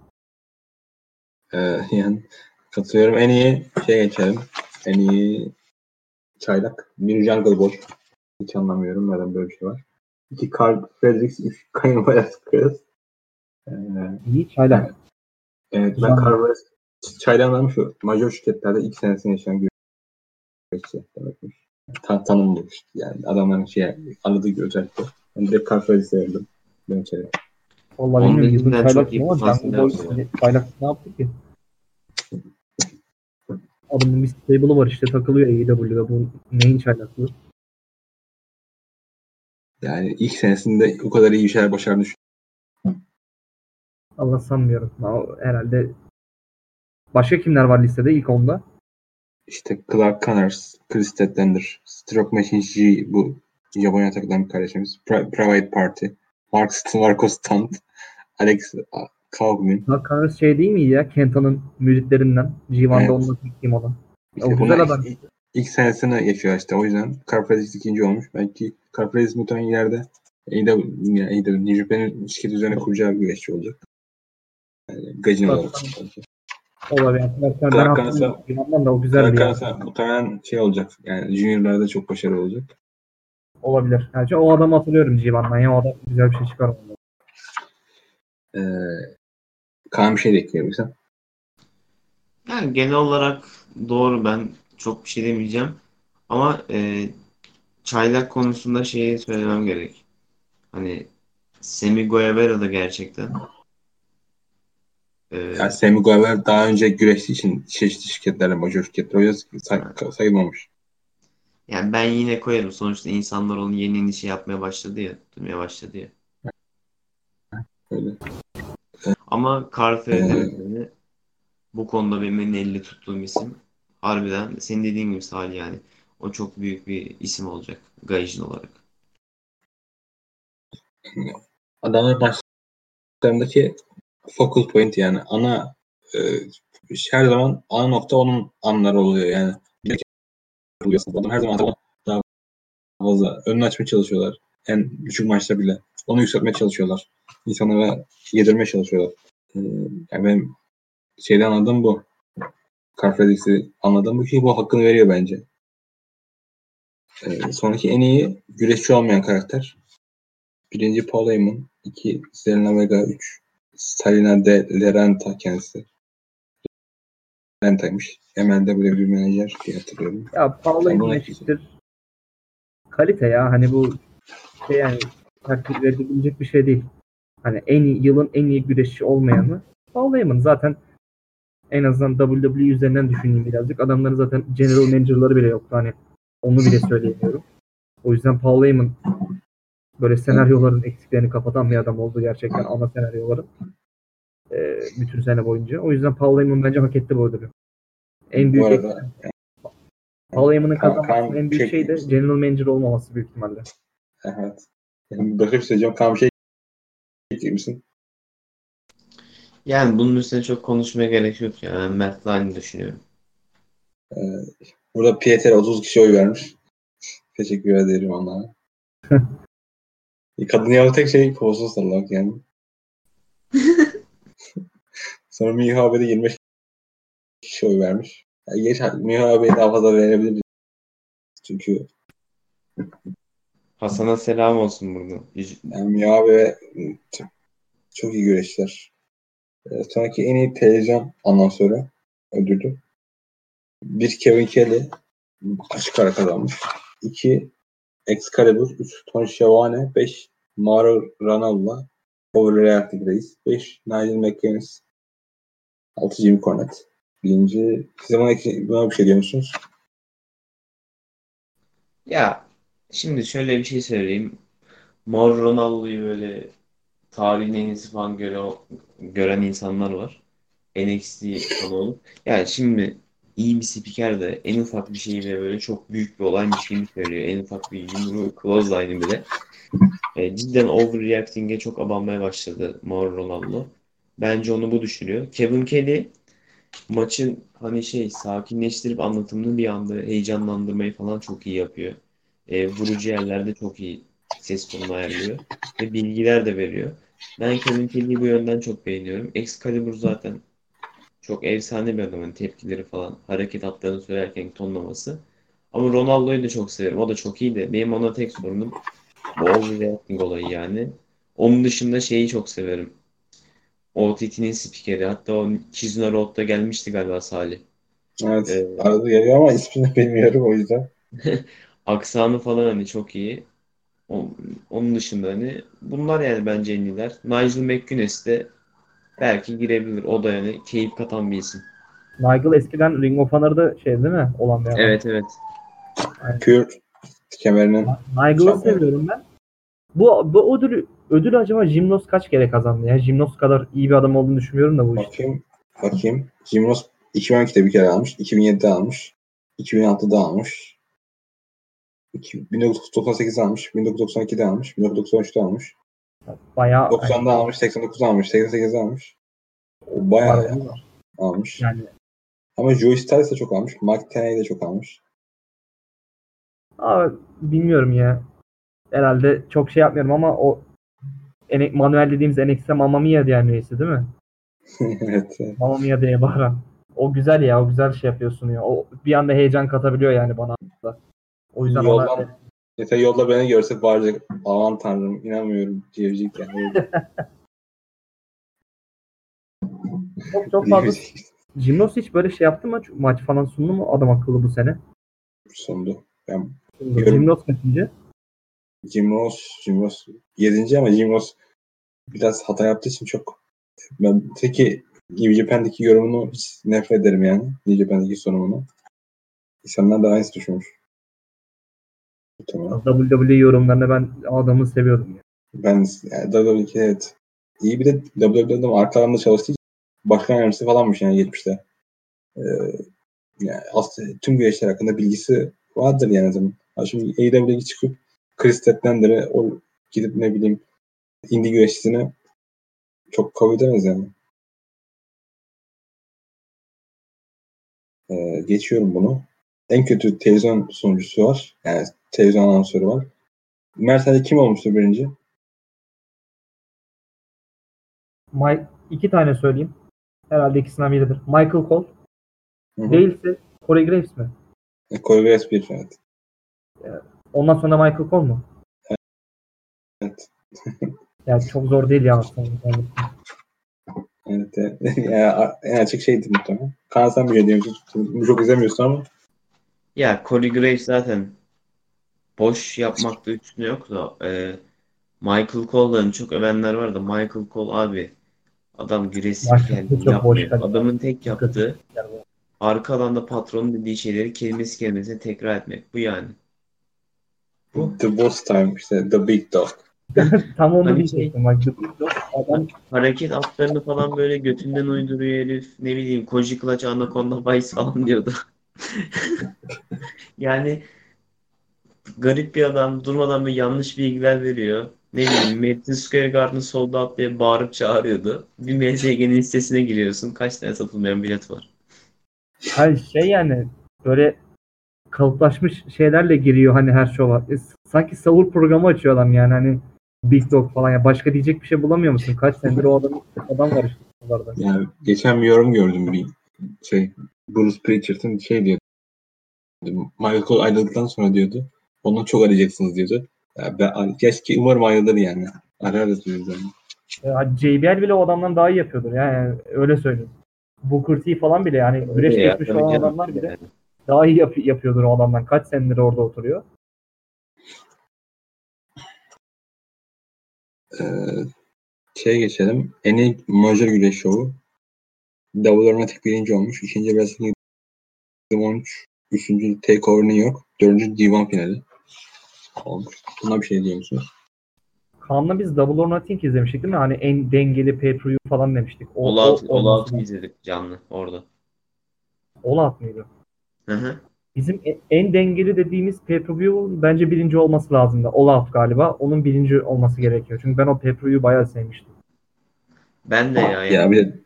Yani katılıyorum. En iyi şey geçelim. En iyi çaylak. Bir Jungle Boy. Hiç anlamıyorum neden böyle bir şey var. 2 Carl Fredericks, 3 Cain Velasquez. İyi çaylak. Evet, Güzel. ben Carl Velasquez çaylanlarım şu. Major şirketlerde ilk senesini yaşayan güreşçi demekmiş. Tanımlamış. Yani adamların anladığı özellikle. Ben direkt Carl Frederic'i verdim. Ben çaylak. Vallahi Onun bilmiyorum. Yılın elinden çaylak çok kim iyi ama Jungle potansiyeller Boy var. çaylak ne yaptı ki? Adamın bir stable'ı var işte takılıyor AEW'de. Bu neyin çaylaklığı? Yani ilk senesinde o kadar iyi şeyler başardığını Allah sanmıyorum. Ama herhalde başka kimler var listede ilk onda? İşte Clark Connors, Chris Statlander, Stroke Machine G, bu Japonya takılan bir kardeşimiz. Private Party, Marco Stunt, Alex Kaugman. Hakan şey değil miydi ya? Kenta'nın müziklerinden. G1'da Evet. onunla kim olan. İşte O güzel bunlar adam. ilk senesine geçiyor işte. O yüzden Carl ikinci olmuş. Belki Carl Fredericks muhtemelen ileride New Japan'ın şirket üzerine kuracağı bir güreşçi olacak. Yani gacın olarak. Olabilir. Ben Clark hatırlıyorum. Connors'a G1'dan da o güzeldi ya. muhtemelen olacak. Yani Junior'larda çok başarılı olacak. Olabilir. Yani o adamı hatırlıyorum G1'dan ya. O adam güzel bir şey çıkarmadı. Kaan bir şey de ekleyebilirsen. Yani genel olarak doğru, ben çok bir şey demeyeceğim. Ama çaylak konusunda şeyi söylemem gerek. Hani Semi Guevara da gerçekten Yani e, Sammy Guevara daha önce güreştiği için çeşitli şirketlerle, major şirketler o yüzden sayılmamış. yani ben yine koyarım. Sonuçta insanlar onu yeni yeni şey yapmaya başladı ya, duymaya başladı ya. Öyle. Ama Carl Ee, Frederik yani bu konuda benim en elle tuttuğum isim. Harbiden senin dediğin gibi Salih yani. O çok büyük bir isim olacak Gaijin olarak. adamlar başlarındaki focal point yani e, her zaman ana nokta onun anları oluyor yani. Adam her zaman daha fazla önünü açmaya çalışıyorlar. En düşük maçta bile. Onu yükseltmeye çalışıyorlar. İnsanlara yedirmeye çalışıyorlar. Yani benim şeyden anladığım bu. Carl Fredericks'i anladığım bu ki bu hakkını veriyor bence. Sonraki en iyi güreşçi olmayan karakter. Birinci Paul Heyman. 2 Zelina Vega. 3 Salina de Lerenta kendisi. Renta'ymış. Emel'de böyle bir menajer diye hatırlıyorum. Ya Sen Paul buna eşittir kalite ya. Hani bu şey yani takdir edilecek bir şey değil. Hani yılın en iyi güreşçi olmayanı Paul Heyman. Zaten en azından WWE üzerinden düşüneyim birazcık. Adamların zaten general manager'ları bile yoktu. Hani onu bile söyleyemiyorum. O yüzden Paul Heyman böyle senaryoların eksiklerini kapatan bir adam oldu gerçekten ana senaryoların. Bütün sene boyunca. O yüzden Paul Heyman bence hak etti bu ödülü. En bu büyük arada Paul Heyman'ın Kaan kazanmasının en bir büyük şey şeyi de eklemişsin. general manager olmaması büyük ihtimalle. Evet. Yani başka bir şey söyleyeceğim. Kaan bir şey eklemişsin. Yani bunun üstüne çok konuşmaya gerek yok ya. Ben Matt Lyon'ı düşünüyorum. Ee, Burada Pieter'e 30 kişi oy vermiş. Teşekkür ederim onlara. Kadın yaptığı tek şey kolsuz sallamak yani. Sonra Miho abi de 25 kişi oy vermiş. Yani geç Miho abiye daha fazla verebiliriz. Çünkü Hasan'a selam olsun burada. yani Miho abi çok iyi güreşler. Sonraki en iyi televizyon anonsörü ödülü. Bir Kevin Kelly açık ara kazanmış. 2 Excalibur, 3 Tony Schiavone, 5 Mauro Ranallo, Overreactive Reis, 5 Nigel McGuinness, 6 Jimmy Cornette. Birinci, size buna bir şey diyor musunuz? Ya şimdi şöyle bir şey söyleyeyim. Mor Ronaldo'yu böyle tarihin en iyisi falan gören insanlar var. NXT fanı olup. Yani şimdi iyi bir spiker de en ufak bir şeyi bile böyle çok büyük bir olaymış gibi söylüyor. En ufak bir yumruğu clothesline'ı bile. Cidden overreacting'e çok abanmaya başladı Mauro Ronaldo. Bence onu bu düşürüyor. Kevin Kelly maçın hani şey sakinleştirip anlatımını bir anda heyecanlandırmayı falan çok iyi yapıyor. Vurucu yerlerde çok iyi ses tonunu ayarlıyor. Ve bilgiler de veriyor. Ben Kevin Kelly'yi bu yönden çok beğeniyorum. Excalibur zaten çok efsane bir adamın tepkileri falan, hareket hatlarını söylerken tonlaması. Ama Ronaldo'yu da çok severim. O da çok iyi de benim ona tek sorunum Bu overreacting olayı yani. Onun dışında şeyi çok severim. OTT'nin spikeri. Hatta o Kizuna Road'da gelmişti galiba Salih. Evet. Ee, Arada geliyor ama ismini bilmiyorum o yüzden. aksanı falan hani çok iyi. O- Onun dışında hani bunlar yani bence en iyiler. Nigel McGuinness de belki girebilir. O da yani keyif katan bir isim. Nigel eskiden Ring of Honor'da şey değil mi? Olan bir adam. Evet, evet. Aynen. Kür kemerinin Nigel'ı şampiyonu. seviyorum ben. Bu ödül acaba Jimnos kaç kere kazandı ya? Jimnos kadar iyi bir adam olduğunu düşünmüyorum da bu işte. Bakayım. Jim Ross 2012'de bir kere almış. 2007'de almış. 2006'da almış. 1998'de almış. 1992'de almış. 1993'te almış. Bayağı yani, 90'da almış. 89'da almış. 88'de almış. O var bayağı oldu var. almış. Yani Ama Joey Styles de çok almış. Mark Tenay de çok almış. bilmiyorum ya. Herhalde çok şey yapmıyorum ama o Manuel dediğimiz NXT Mamma Mia diyen üyesi değil mi? Evet. Mamma Mia diye bağıran. O güzel ya. O güzel şey yapıyorsun ya. O bir anda heyecan katabiliyor yani bana da. O yüzden ona Yoldan mesela yolda beni görse bağıracak. Aman tanrım inanmıyorum diyecek yani. Öyle çok fazla diyecek. Jimnos hiç böyle şey yaptı mı? Maç falan sundu mu adam akıllı bu sene? Sondu. Ben Sundu. yorum Jimnos kaçıncı? Jim Ross 7. ama Jim Ross biraz hata yaptığı için çok ben teki New Japan'daki yorumunu hiç nefret ederim yani. New Japan'daki sunumunu. İnsanlar da aynısı düşünmüş. Muhtemelen. WWE yorumlarını ben adamı seviyordum ya. Ben yani WWE'de evet. İyi bir de WWE'de arka alanda çalıştığı için başkan yardımcısı falanmış yani 70'te. Ee, yani aslında tüm güreşler hakkında bilgisi vardır yani zaman. Ha şimdi AEW'ye çıkıp Chris Statlander'e o gidip ne bileyim indie güreşçisine çok kabul edemez yani. Geçiyorum bunu. En kötü televizyon sunucusu var. Yani televizyon anonsörü var. Mert'e kim olmuştu birinci? İki tane söyleyeyim. Herhalde ikisinden biridir. Michael Cole. Hı hı. Değilse Corey Graves mi? Koreograf bir evet. Ondan sonra Michael Cole mu? Evet. Yani çok zor değil ya aslında. Evet. Yani en açık şeydi muhtemelen. Kaan sen bir şey diyorsun. Çok izlemiyorsun ama. Ya Corey Graves zaten boş yapmakta üstüne yok da Michael Cole'dan çok övenler var da Michael Cole abi adam güreşi Başlıklı kendini çok boş yapmıyor. kalıyor. Adamın tek Hakikaten. yaptığı arka alanda patronun dediği şeyleri kelimesi kelimesine tekrar etmek. Bu yani. Bu. The Boss Time işte The Big Dog. Tam onu Hani şey diyecektim. Bak, The Big Dog adam hareket atlarını falan böyle götünden uyduruyor herif. Ne bileyim Koji Clutch Anaconda Vice falan diyordu. Yani garip bir adam durmadan bir yanlış bilgiler veriyor. Ne bileyim Madison Square Garden sold out diye bağırıp çağırıyordu. Bir MSG'nin listesine giriyorsun. Kaç tane satılmayan bilet var. her şey yani böyle kalıplaşmış şeylerle giriyor hani her şey var. Sanki savur programı açıyor adam yani hani Big Dog falan ya başka diyecek bir şey bulamıyor musun? Kaç senedir o adam var işte buralarda. Yani geçen bir yorum gördüm bir şey Bruce Pritchard'ın şey diyordu. Michael Cole ayrıldıktan sonra diyordu. Ondan çok arayacaksınız diyordu. Ya ben, keşke umarım ayrılır yani. Ararız diyoruz yani. JBL bile o adamdan daha iyi yapıyordur yani öyle söyleyeyim. Booker T falan bile yani Öyle güreş ya geçmiş tabii olan canım. adamlar bile Yani. daha iyi yapıyordur o adamdan. Kaç senedir orada oturuyor. Ee, şeye geçelim. En iyi majör güreş şovu. Double or Nothing birinci olmuş. İkinci Wrestling 13. Üçüncü Takeover New York. Dördüncü D1 finali olmuş. Buna bir şey diyor musunuz? Kaan'la biz Double or Nothing izlemiştik değil mi? Hani en dengeli pay-per-view falan demiştik. O All olması Out'u lazım. izledik canlı orada. All Out mıydı? Hı hı. Bizim en dengeli dediğimiz pay-per-view bence birinci olması lazımdı. All Out galiba. Onun birinci olması gerekiyor. Çünkü ben o pay-per-view'u bayağı sevmiştim. Ben de ya Ya bir yani de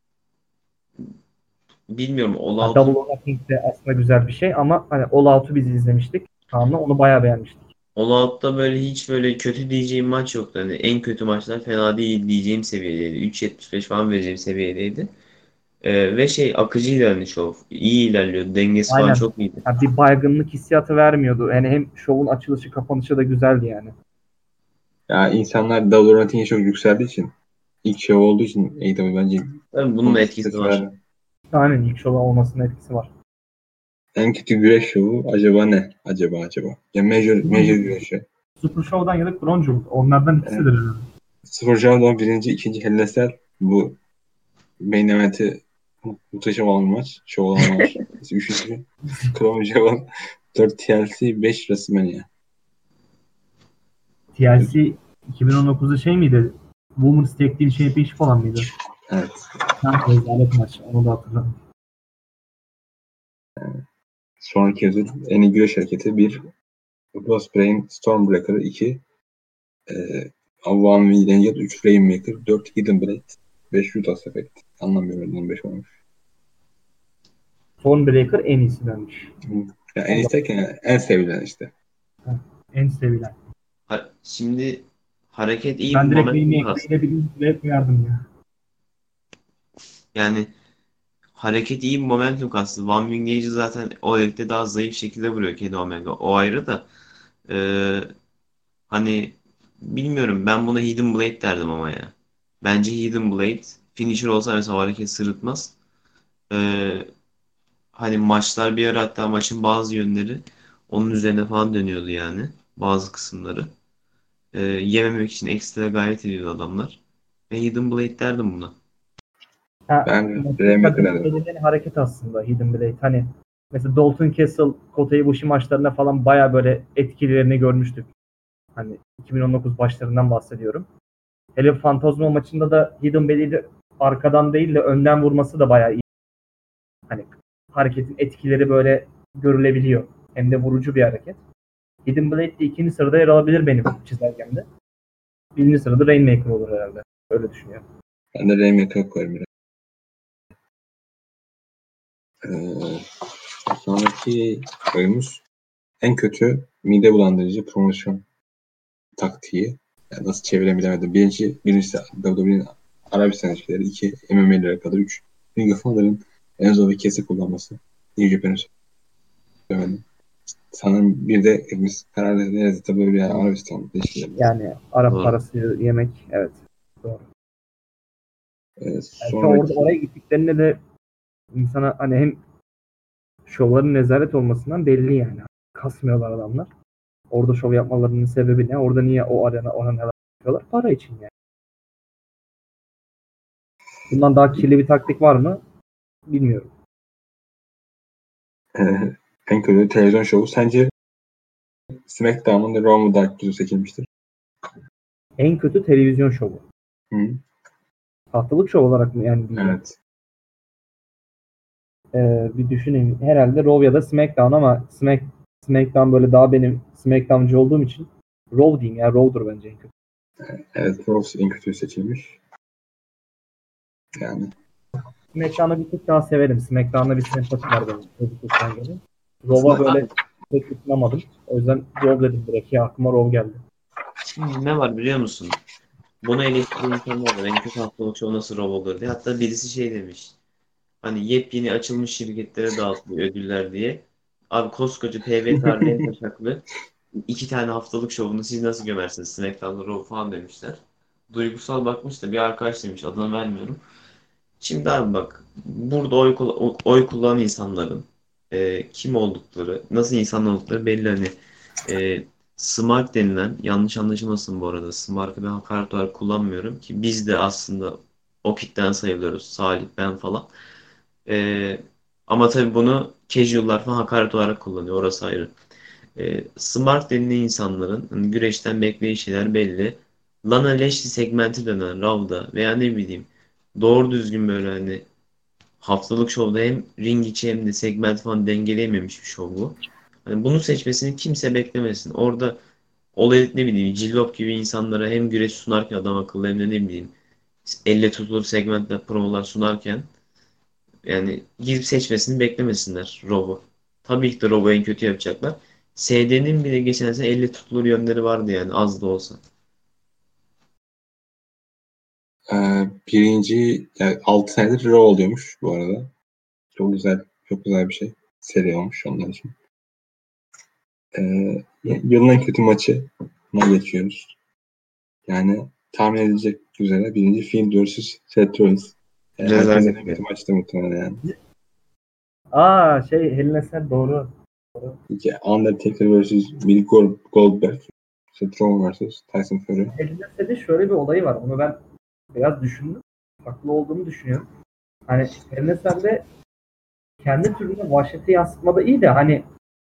bilmiyorum All Ha, Double Out'un or Nothing de aslında güzel bir şey ama hani All Out'u biz izlemiştik. Kaan'la onu bayağı beğenmiştik. All Out'ta böyle hiç böyle kötü diyeceğim maç yoktu. Hani en kötü maçlar fena değil diyeceğim seviyedeydi. 3.75 falan vereceğim seviyedeydi. Ve şey akıcıydı hani şov. İyi ilerliyordu. Dengesi falan Aynen. çok iyiydi. Yani bir baygınlık hissiyatı vermiyordu. Yani hem şovun açılışı kapanışı da güzeldi yani. Ya insanlar WWE ratingi çok yükseldiği için ilk şey olduğu için AEW bence Tabii bunun çok etkisi ses var. verdi. Aynen ilk şova olmasının etkisi var. En kötü güreş şovu acaba ne? Acaba. Ya Major güreşi. Super Show'dan ya da Crown Jewel. Onlardan ikisidir herhalde. Sıfır Jaw'dan birinci, ikinci Hell in a Cell. Bu main event'i muhteşem olan maç. Şov olan maç. Üçüncü Crown Jewel. 4 TLC, 5 WrestleMania. TLC 2019'da şey miydi? Women's Tag Team Championship falan mıydı? Evet. Ha, rezalet maç. Onu da hatırladım. Sonraki ödül en iyi güreş hareketi 1. Ospreay'in Stormbreaker 2. One Winged Angel 3. Rainmaker 4. Hidden Blade 5. Judas Effect. Anlamıyorum bunun 5 olmuş. Thornbreaker en iyisi denmiş. Ya en iyisi derken en sevilen işte. En sevilen. Şimdi hareket iyi Ben bir direkt momentum Rainmaker'ı kastı. yine birinciye koyardım ya. Yani hareket iyi bir momentum kastı. One Wing Angel zaten o ligde daha zayıf şekilde vuruyor Kenny Omega. O ayrı da hani bilmiyorum, ben buna Hidden Blade derdim ama ya. Bence Hidden Blade finisher olsa mesela o hareket sırıtmaz. Ee, Hani maçlar bir ara, hatta maçın bazı yönleri onun üzerine falan dönüyordu yani. Bazı kısımları. Yememek için ekstra gayret ediyordu adamlar. Ve Hidden Blade derdim buna. Ha, Ben maçın Rainmaker tadını dedim. belirleyen hareket aslında Hidden Blade. Hani mesela Dalton Castle, Kota Ibushi maçlarında falan baya böyle etkilerini görmüştük. Hani 2019 başlarından bahsediyorum. Hele Fantazma maçında da Hidden Blade'i arkadan değil de önden vurması da bayağı iyi. Hani hareketin etkileri böyle görülebiliyor. Hem de vurucu bir hareket. Hidden Blade de ikinci sırada yer alabilir benim çizelgemde. Birinci sırada Rainmaker olur herhalde. Öyle düşünüyorum. Ben de Rainmaker koyarım biraz. Ee, Sonraki oyumuz en kötü mide bulandırıcı promosyon taktiği. Yani nasıl çevirebilemedim. Birincisi WWE'nin Arabistan ilişkileri. 2. MMA'lere kadar. 3. Ring of Honor'ın Enzo ve Cass'i kullanması. New Japan'ı söylemedim. Sanırım bir de hepimiz karar veririz tabii yani Arabistan ilişkileri. Yani Arap Doğru. parası yemek, evet. Doğru. Belki oraya Sonraki gittiklerinde de insana hani hem şovların nezaret olmasından belli yani. Kasmıyorlar adamlar. Orada şov yapmalarının sebebi ne? Orada niye o arenalar yapıyorlar? Para için yani. Bundan daha kirli bir taktik var mı? Bilmiyorum. e, en kötü televizyon şovu sence SmackDown'un da Raw mu Dark Blue seçilmiştir? En kötü televizyon şovu. Hı, Haftalık şov olarak mı yani diyeceğim? evet. Bir düşüneyim. Herhalde Raw ya da SmackDown ama SmackDown böyle daha benim SmackDown'cı olduğum için Raw diyeyim ya. Raw'dur bence en kötü. Evet, Raw en kötü seçilmiş. Yani SmackDown'ı bir tık daha severim. SmackDown'da bir sempati var benim çocukluktan geri. Raw'a Aslında böyle abi, pek ısınamadım. O yüzden Raw dedim direkt. Ya aklıma Raw geldi. şimdi ne var biliyor musun? Bunu eleştiren insanlar var. En kötü haftalık show nasıl Raw olur diye. Hatta birisi şey demiş. Hani yepyeni açılmış şirketlere dağıtılıyor ödüller diye. Abi koskoca TV tarihi en taşaklı 2 tane haftalık şovunu siz nasıl gömersiniz? SmackDown'da Raw falan demişler. Duygusal bakmış da bir arkadaş demiş, adını vermiyorum. Şimdi abi bak, burada oy kullanan insanların kim oldukları, nasıl insanlar oldukları belli. Hani Smart denilen, yanlış anlaşılmasın bu arada, Smart'ı ben hakaret olarak kullanmıyorum ki biz de aslında o kickten sayılıyoruz. Salih, ben falan. E, Ama tabii bunu casual'lar falan hakaret olarak kullanıyor. Orası ayrı. Smart denilen insanların hani güreşten beklediği şeyler belli. Lana Lashley segmenti dönen Raw'da veya ne bileyim doğru düzgün böyle hani haftalık şovda hem ring içi hem de segment falan dengeleyememiş bir şov bu. Hani bunu seçmesini kimse beklemesin. Orada olay ne bileyim cillop gibi insanlara hem güreş sunarken adam akıllı hem de ne bileyim elle tutulur segmentler promolar sunarken yani gidip seçmesini beklemesinler Rob'u. Tabii ki de Rob'u en kötü yapacaklar. SD'nin bile geçen sene elle tutulur yönleri vardı yani az da olsa. birinci yani 6 senedir Raw oluyormuş bu arada. Çok güzel, çok güzel bir şey. Seri olmuş onlar için. Yılın en kötü maçına geçiyoruz. Yani tahmin edilecek üzere birinci Fiend vs. Seth Rollins. Rezalet Herkesin en ya. kötü maçtı muhtemelen yani. Hell in a Cell doğru. İki Undertaker vs. Bill Goldberg. Seth Rollins vs. Tyson Fury. Hell in a Cell'de şöyle bir olayı var. Onu ben biraz düşündüm. Haklı olduğunu düşünüyorum. Hani Hell in a Cell'de kendi türüne vahşeti yansıtmada iyi de hani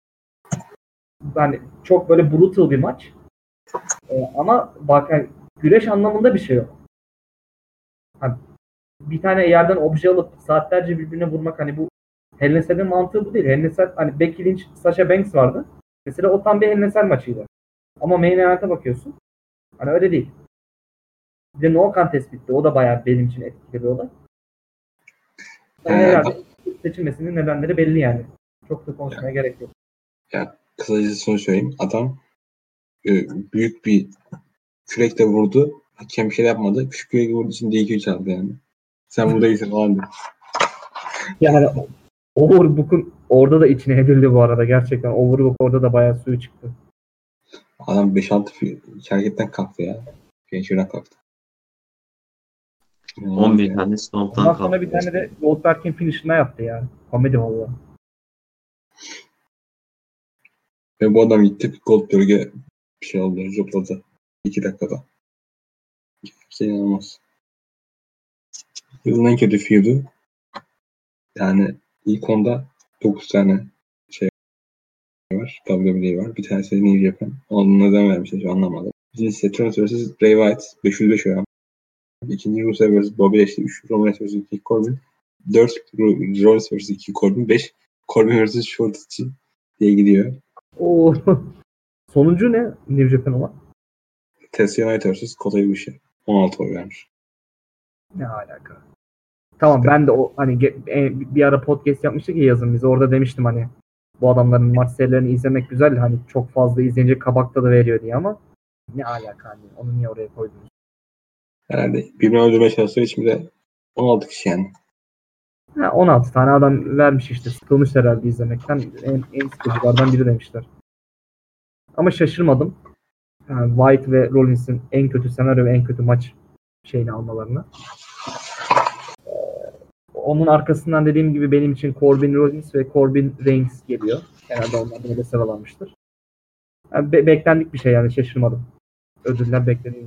çok böyle brutal bir maç. Ama bak yani güreş anlamında bir şey yok. Hani bir tane yerden obje alıp saatlerce birbirine vurmak hani bu Hell in a Cell'in mantığı bu değil. Hell in a Cell hani Becky Lynch, Sasha Banks vardı. Mesela o tam bir Hell in a Cell maçıydı. Ama main event'e bakıyorsun. Hani öyle değil. Bir de no contest bitti. O da bayağı benim için etkili bir olay. Hani Yani herhalde seçilmesinin nedenleri belli yani. Çok da konuşmaya gerek yok. ya kısacası şunu söyleyeyim. Adam büyük bir kürekle vurdu. Hakem bir şey yapmadı. Küçük kürekle vurdu için DQ çaldı yani. Sen burada iyisin falan diyor. Yani Overbook'un orada da içine edildi bu arada. Gerçekten Overbook orada da bayağı suyu çıktı. Adam 5-6 hareketten kalktı ya. Gençlerden kalktı. 11 Yani. tane Ondan Stomp'tan sonra bir kalktı. tane de Goldberg'in finish'ına yaptı yani. Komedi valla. Ve bu adam gitti Goldberg'e bir şey oldu. Zıpladı. 2 dakikada. Şey inanılmaz. Yılın en kötü feud'u. Yani ilk onda 9 tane şey var. WWE var. Bir tanesi New Japan. Onun neden vermiş hiç anlamadım. İkincisi Seth Rollins vs. Bray Wyatt. 505 oran. İkinci Rusev vs. Bobby Lashley. 3 Roman Reigns vs. King Corbin. 4 Rollins vs. King Corbin. 5 Corbin vs. Shorty diye gidiyor. Oo. Sonuncu ne? New Japan olan. Tetsuya Naito vs. Kota Ibushi. 16 oy vermiş. Ne alaka? Tamam ben de o hani bir ara podcast yapmıştık ya yazın biz orada demiştim hani bu adamların maç serilerini izlemek güzel hani çok fazla izleyince kabakta da veriyor diye ama ne alaka hani onu niye oraya koydunuz? Herhalde birbirini öldürmeye çalıştığı için bir de 16 kişi yani. 16 tane adam vermiş işte sıkılmış herhalde izlemekten en sıkıcılardan biri demişler. Ama şaşırmadım. Yani White ve Rollins'in en kötü senaryo ve en kötü maç şeyini almalarını. Onun arkasından dediğim gibi benim için Corbin Rollins ve Corbin Reigns geliyor. Herhalde onlar da öyle sıralanmıştır. Yani beklendik bir şey yani şaşırmadım. Ödüller bekleniyor.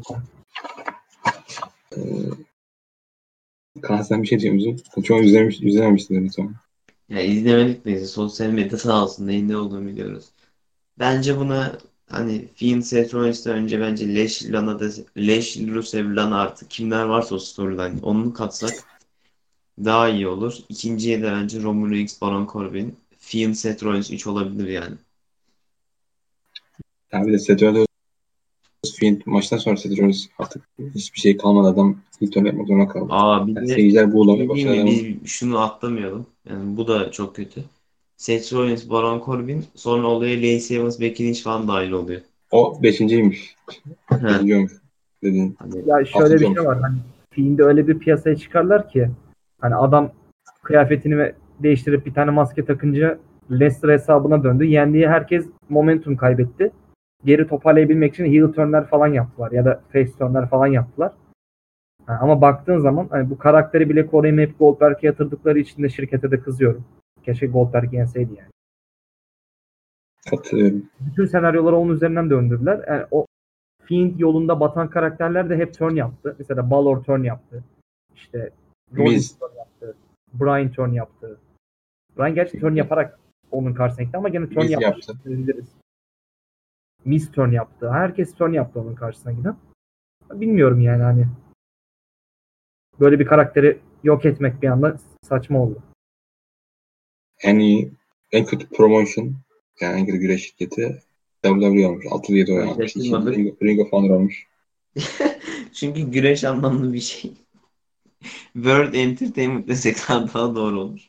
Kaan sen bir şey diyor musun? Çok izlememiştin sonra. Ya izlemedik neyse sosyal medya sağ olsun neyin ne olduğunu biliyoruz. Bence buna hani Fiend Seth Rollins'ten önce bence Lashley Rusev Lana artık kimler varsa o storyline onu katsak daha iyi olur. İkinciye de bence Roman Reigns, Baron Corbin, Fiend Seth Rollins 3 olabilir yani. Ya bir de Seth Rollins Fiend maçtan sonra Seth Rollins artık hiçbir şey kalmadı. Adam ilk turn yapmak zorunda kaldı. Aa bir Yani de seyirciler bu olayı şey diyeyim başladı mi adamın. biz şunu atlamayalım. Yani bu da çok kötü. Seth Rollins, Baron Corbin sonra olaya Lacey Evans, Becky Lynch falan dahil oluyor. O beşinciymiş. He, Beşinci olmuş. Dediğin. hani Ya şöyle Altıncı bir olmuş. şey var. Hani filmde öyle bir piyasaya çıkarlar ki hani adam kıyafetini değiştirip bir tane maske takınca Leicester hesabına döndü. Yendiği herkes momentum kaybetti. Geri toparlayabilmek için heel turn'ler falan yaptılar ya da face turn'ler falan yaptılar. Ama baktığın zaman hani bu karakteri bile koruyamayıp Goldberg'e yatırdıkları için de şirkete de kızıyorum. Keşke Goldberg yenseydi yani. Katılıyorum. Bütün senaryoları onun üzerinden döndürdüler. Yani o Fiend yolunda batan karakterler de hep turn yaptı. Mesela Balor turn yaptı. İşte Rollins Miz. turn yaptı. Bryan turn yaptı. Bryan gerçi turn yaparak onun karşısına gitti ama gene turn Miz yapmış yaptı. diyebiliriz. Miz turn yaptı. Herkes turn yaptı onun karşısına giden. Bilmiyorum yani hani böyle bir karakteri yok etmek bir anda saçma oldu. En iyi, en kötü promotion yani en kötü güreş şirketi WWE olmuş. 6-7 oy ben almış. İkinci şaşırmadık. Ring of Honor olmuş. Çünkü güreş anlamlı bir şey. World Entertainment desek daha doğru olur.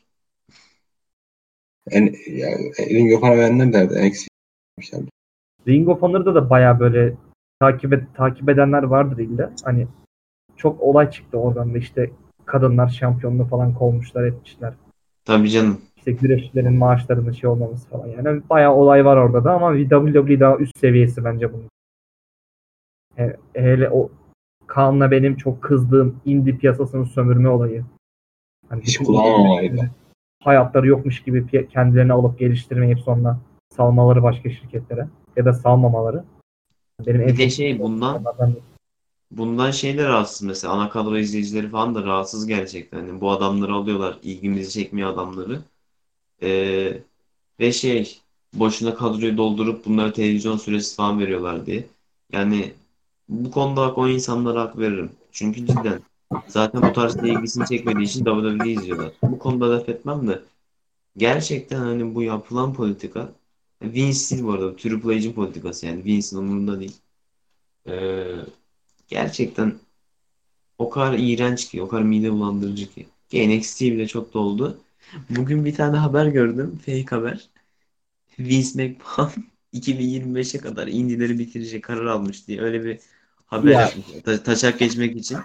Ring of Honor verenler derdi. NXT yapmışlardı. Ring of Honor'da da baya böyle takip edenler vardır illa. Hani çok olay çıktı oradan da işte kadınlar şampiyonluğu falan kovmuşlar etmişler. Tabii canım. İşte güreşçilerin maaşlarının şey olmaması falan. Yani bayağı olay var orada da ama WWE daha üst seviyesi bence bunun. Hele o Kaan'la benim çok kızdığım indie piyasasının sömürme olayı. Hani Hiç bütün kullanamam indie olaydı. hayatları yokmuş gibi kendilerini alıp geliştirmeyip sonra salmaları başka şirketlere ya da salmamaları. Benim en Bir de çok şey onlardan biri. bundan şey de rahatsız mesela ana kadro izleyicileri falan da rahatsız gerçekten. Hani bu adamları alıyorlar, ilgimizi çekmiyor adamları. Ee, Ve şey boşuna kadroyu doldurup bunlara televizyon süresi falan veriyorlar diye. Yani bu konuda bak o insanlara hak veririm. Çünkü cidden zaten bu tarz şey ilgisini çekmediği için WWE izliyorlar. Bu konuda laf etmem de gerçekten hani bu yapılan politika Vince değil bu arada. Triple H'in politikası yani Vince'in umurunda değil. Ee, Gerçekten o kadar iğrenç ki, o kadar mide bulandırıcı ki. Ki NXT bile çok doldu. Bugün bir tane haber gördüm. Fake haber. Vince McMahon 2025'e kadar indileri bitirecek karar almış diye öyle bir haber Ya, yapmış. Taçak geçmek için.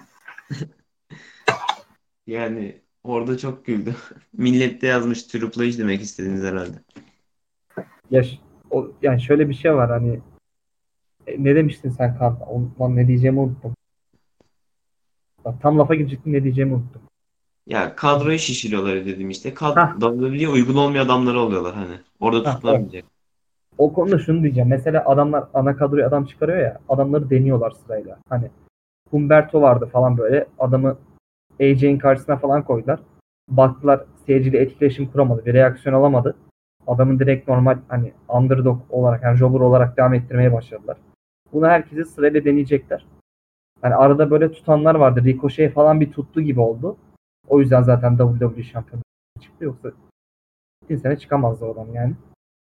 Yani orada çok güldüm. Millet de yazmış Triple H demek istediniz herhalde. ya yani şöyle bir şey var hani ne demiştin sen Kaan? Lan ne diyeceğimi unuttum. Bak, tam lafa girecektim ne diyeceğimi unuttum. Ya kadroyu şişiriyorlar dedim işte. Ha, WWE'ye uygun olmayan adamları oluyorlar hani. Orada o. tutunamayacak. O konuda şunu diyeceğim. Mesela adamlar ana kadroya adam çıkarıyor ya. Adamları deniyorlar sırayla. Hani Humberto vardı falan böyle. Adamı AJ'in karşısına falan koydular. Baktılar seyirciyle etkileşim kuramadı. Bir reaksiyon alamadı. Adamın direkt normal hani underdog olarak yani jobber olarak devam ettirmeye başladılar. Bunu herkesi sırayla deneyecekler. Hani arada böyle tutanlar vardı. Ricochet falan bir tuttu gibi oldu. O yüzden zaten WWE şampiyonu çıktı. Yoksa bir sene çıkamazdı o adam yani.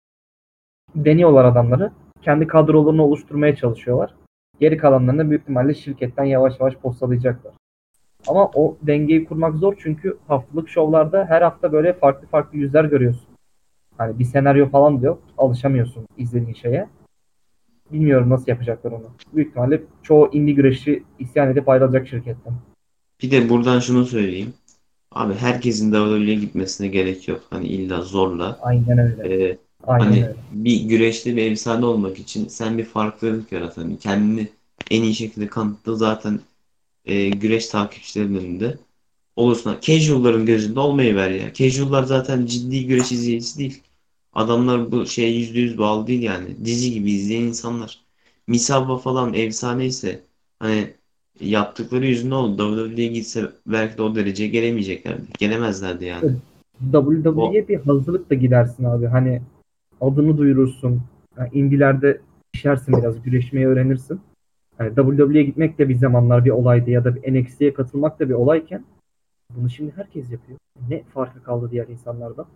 Deniyorlar adamları. Kendi kadrolarını oluşturmaya çalışıyorlar. Geri kalanlarını büyük ihtimalle şirketten yavaş yavaş postalayacaklar. Ama o dengeyi kurmak zor çünkü haftalık şovlarda her hafta böyle farklı farklı yüzler görüyorsun. Hani bir senaryo falan da yok. Alışamıyorsun izlediğin şeye. Bilmiyorum nasıl yapacaklar onu. Büyük ihtimalle çoğu indie güreşi isyan edip ayrılacak şirketten. Bir de buradan şunu söyleyeyim. Abi herkesin WWE'ye gitmesine gerek yok. Hani illa zorla. Aynen öyle. Aynen Hani öyle. bir güreşte bir efsane olmak için sen bir farklılık yarat. Hani kendini en iyi şekilde kanıtla zaten güreş takipçilerinin önünde olursun. Casual'ların gözünde olmayı ver ya. Casual'lar zaten ciddi güreş izleyicisi değil. Adamlar bu şeye %100 bağlı değil yani. Dizi gibi izleyen insanlar. Misawa falan efsane ise hani yaptıkları yüzünden oldu. WWE'ye gitse belki de o dereceye gelemeyeceklerdi. Gelemezlerdi yani. O WWE'ye bir hazırlıkla gidersin abi. Hani adını duyurursun. Yani indilerde pişersin biraz. Güreşmeyi öğrenirsin. Yani WWE'ye gitmek de bir zamanlar bir olaydı ya da bir NXT'ye katılmak da bir olayken bunu şimdi herkes yapıyor. Ne farkı kaldı diğer insanlardan?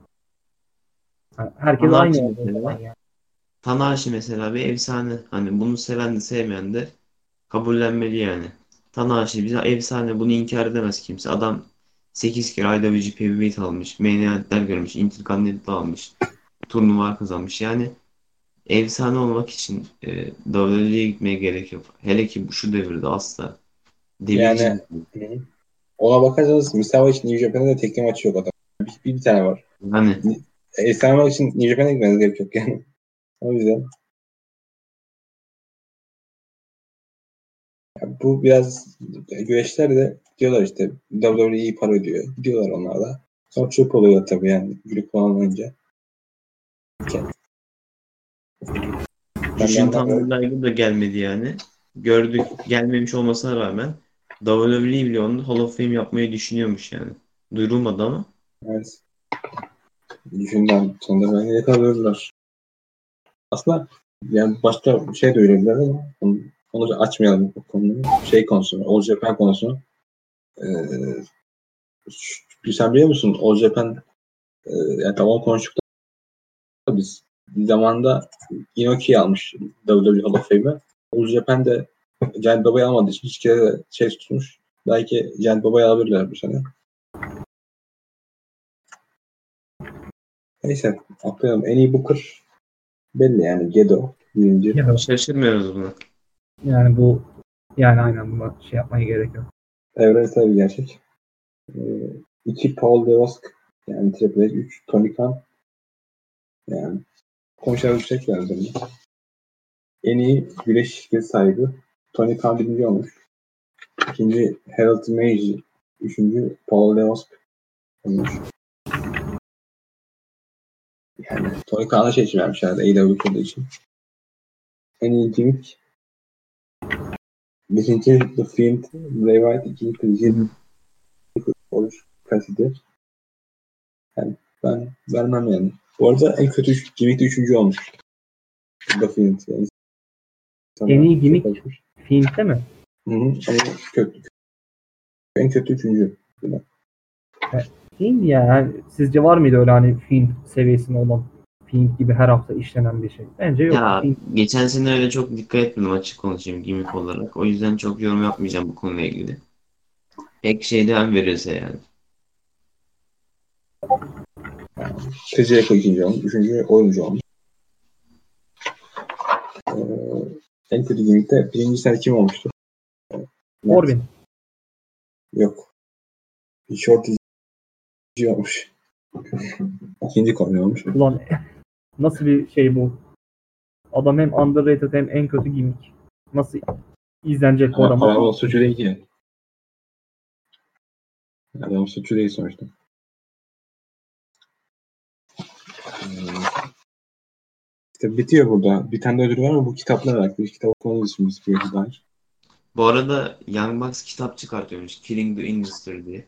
Yani herkes aynı Tanahashi oldu o zaman mesela. yani. Tanahashi mesela bir efsane. Hani bunu seven de sevmeyen de kabullenmeli yani. Tanahashi bize efsane. Bunu inkar edemez kimse. Adam 8 kere IWGP Heavyweight almış. Main eventler görmüş. Intercontinental almış. Turnuva kazanmış. Yani efsane olmak için WWE'ye gitmeye gerek yok. Hele ki şu devirde asla. Yani Devirci. hı. Ona bakarsanız Misawa için New Japan'da da tekli maçı yok adam. Bir tane var. Hani Efsane olmak için New Japan'a gitmeniz gerek yok yani. O yüzden ya bu biraz güreşler de diyorlar işte WWE iyi para ödüyor. Gidiyorlar onlar da. Sonra çöp oluyor tabii yani. Gülüp falan olunca. Ben de Jushin ondan Thunder böyle Lige'ı da gelmedi yani. Gördük. Gelmemiş olmasına rağmen WWE bile onun Hall of Fame yapmayı düşünüyormuş yani. Duyurulmadı ama. evet, düşünden sonunda bence yakalıyorlar. Aslında yani başka bir şey de öğrendiler ama onu da açmayalım bu konuyu. Şey konusunu, All Japan konusunu. Ee, sen biliyor musun? All Japan yani tamam konuştuk da biz zamanında Inoki'yi almış WWE Hall of Fame'e. All Japan de Giant Baba'yı almadığı için hiç kere de şey tutmuş. Belki Giant Baba'yı alabilirler bu sene. Neyse atlayalım. En iyi Booker belli yani. Gedo birinci. Ya, Şaşırmıyoruz buna. yani bu yani aynen buna şey yapmaya gerek yok. Evrensel bir gerçek. Ee, 2 Paul Devask yani Triple H, 3 Tony Khan yani konuşabilecek yani. En iyi güreş şirketi sahibi Tony Khan birinci olmuş. İkinci Harold Meij. Üçüncü Paul Leosk olmuş. Yani Tony Khan'a şey için vermişlerdi. AEW kurduğu için. En iyi gimmick. Birinci The Fiend, Bray Wyatt. İkinci Christian Orange Cassidy. Yani ben vermem yani. Bu arada en kötü gimmick de üçüncü olmuş. The Fiend. Yani En iyi gimmick Fiend'de mi? Hı hı. Ama kötü. En kötü üçüncü. Değil mi ya? Yani sizce var mıydı öyle hani Fiend seviyesinde olan Fiend gibi her hafta işlenen bir şey? Bence yok. Ya Fiend geçen sene öyle çok dikkat etmedim açık konuşayım gimmick olarak. O yüzden çok yorum yapmayacağım bu konuyla ilgili. Pek şeyden verirse yani. Tecrübe ikinci olmuş. Üçüncü oyuncu olmuş. Ee, en kötü gimmickte birinci sene kim olmuştu? Corbin. Yok. Short izci olmuş. İkinci Corbin olmuş. Ulan nasıl bir şey bu? Adam hem underrated hem en kötü gimmick. Nasıl izlenecek bu adam? Ama suçu değil ki. Adam suçu değil sonuçta. İşte bitiyor burada. Bir tane de ödül var ama bu kitapla alakalı. Kitap okumanız için bir dair. Bu arada Young Bucks kitap çıkartıyormuş. Killing the Industry diye.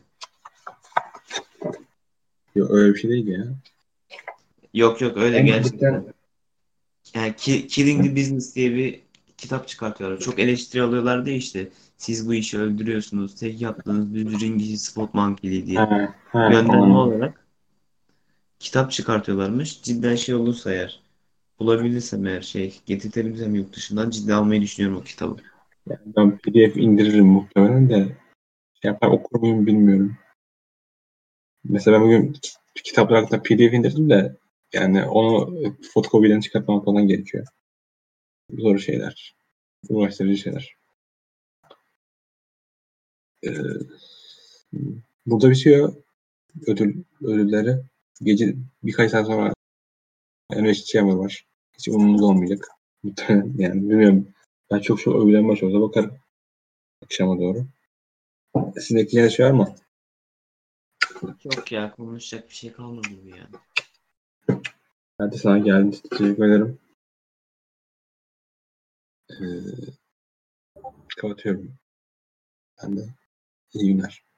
Yok öyle bir şey değil ya. Yok yok öyle En gerçekten. kötü Yani Killing the Business diye bir kitap çıkartıyorlar. Çok eleştiri alıyorlar diye işte. Siz bu işi öldürüyorsunuz. Tek yaptığınız bir ring işi spot monkey'liği diye. Gönderme tamam. olarak kitap çıkartıyorlarmış. Cidden şey olursa eğer bulabilirsem eğer getirtebilirsem yurt dışından cidden almayı düşünüyorum o kitabı. Yani ben PDF indiririm muhtemelen de yapar okur muyum bilmiyorum. Mesela ben bugün kitaplar hakkında PDF indirdim de yani onu fotokopiden çıkartmam falan gerekiyor. Zor şeyler. Uğraştırıcı şeyler. Ee, burada bitiyor ödülleri. Gece birkaç saat sonra Enveş Chamber var. Hiç umurumda olmayacak. Yani bilmiyorum. Ben çok övülen maç olsa bakarım. Akşama doğru. Sizin ekleyeceğiniz şey var mı? Yok ya konuşacak bir şey kalmadı gibi yani. Hadi sana geldim. Teşekkür ederim. Kapatıyorum. Ben de iyi günler.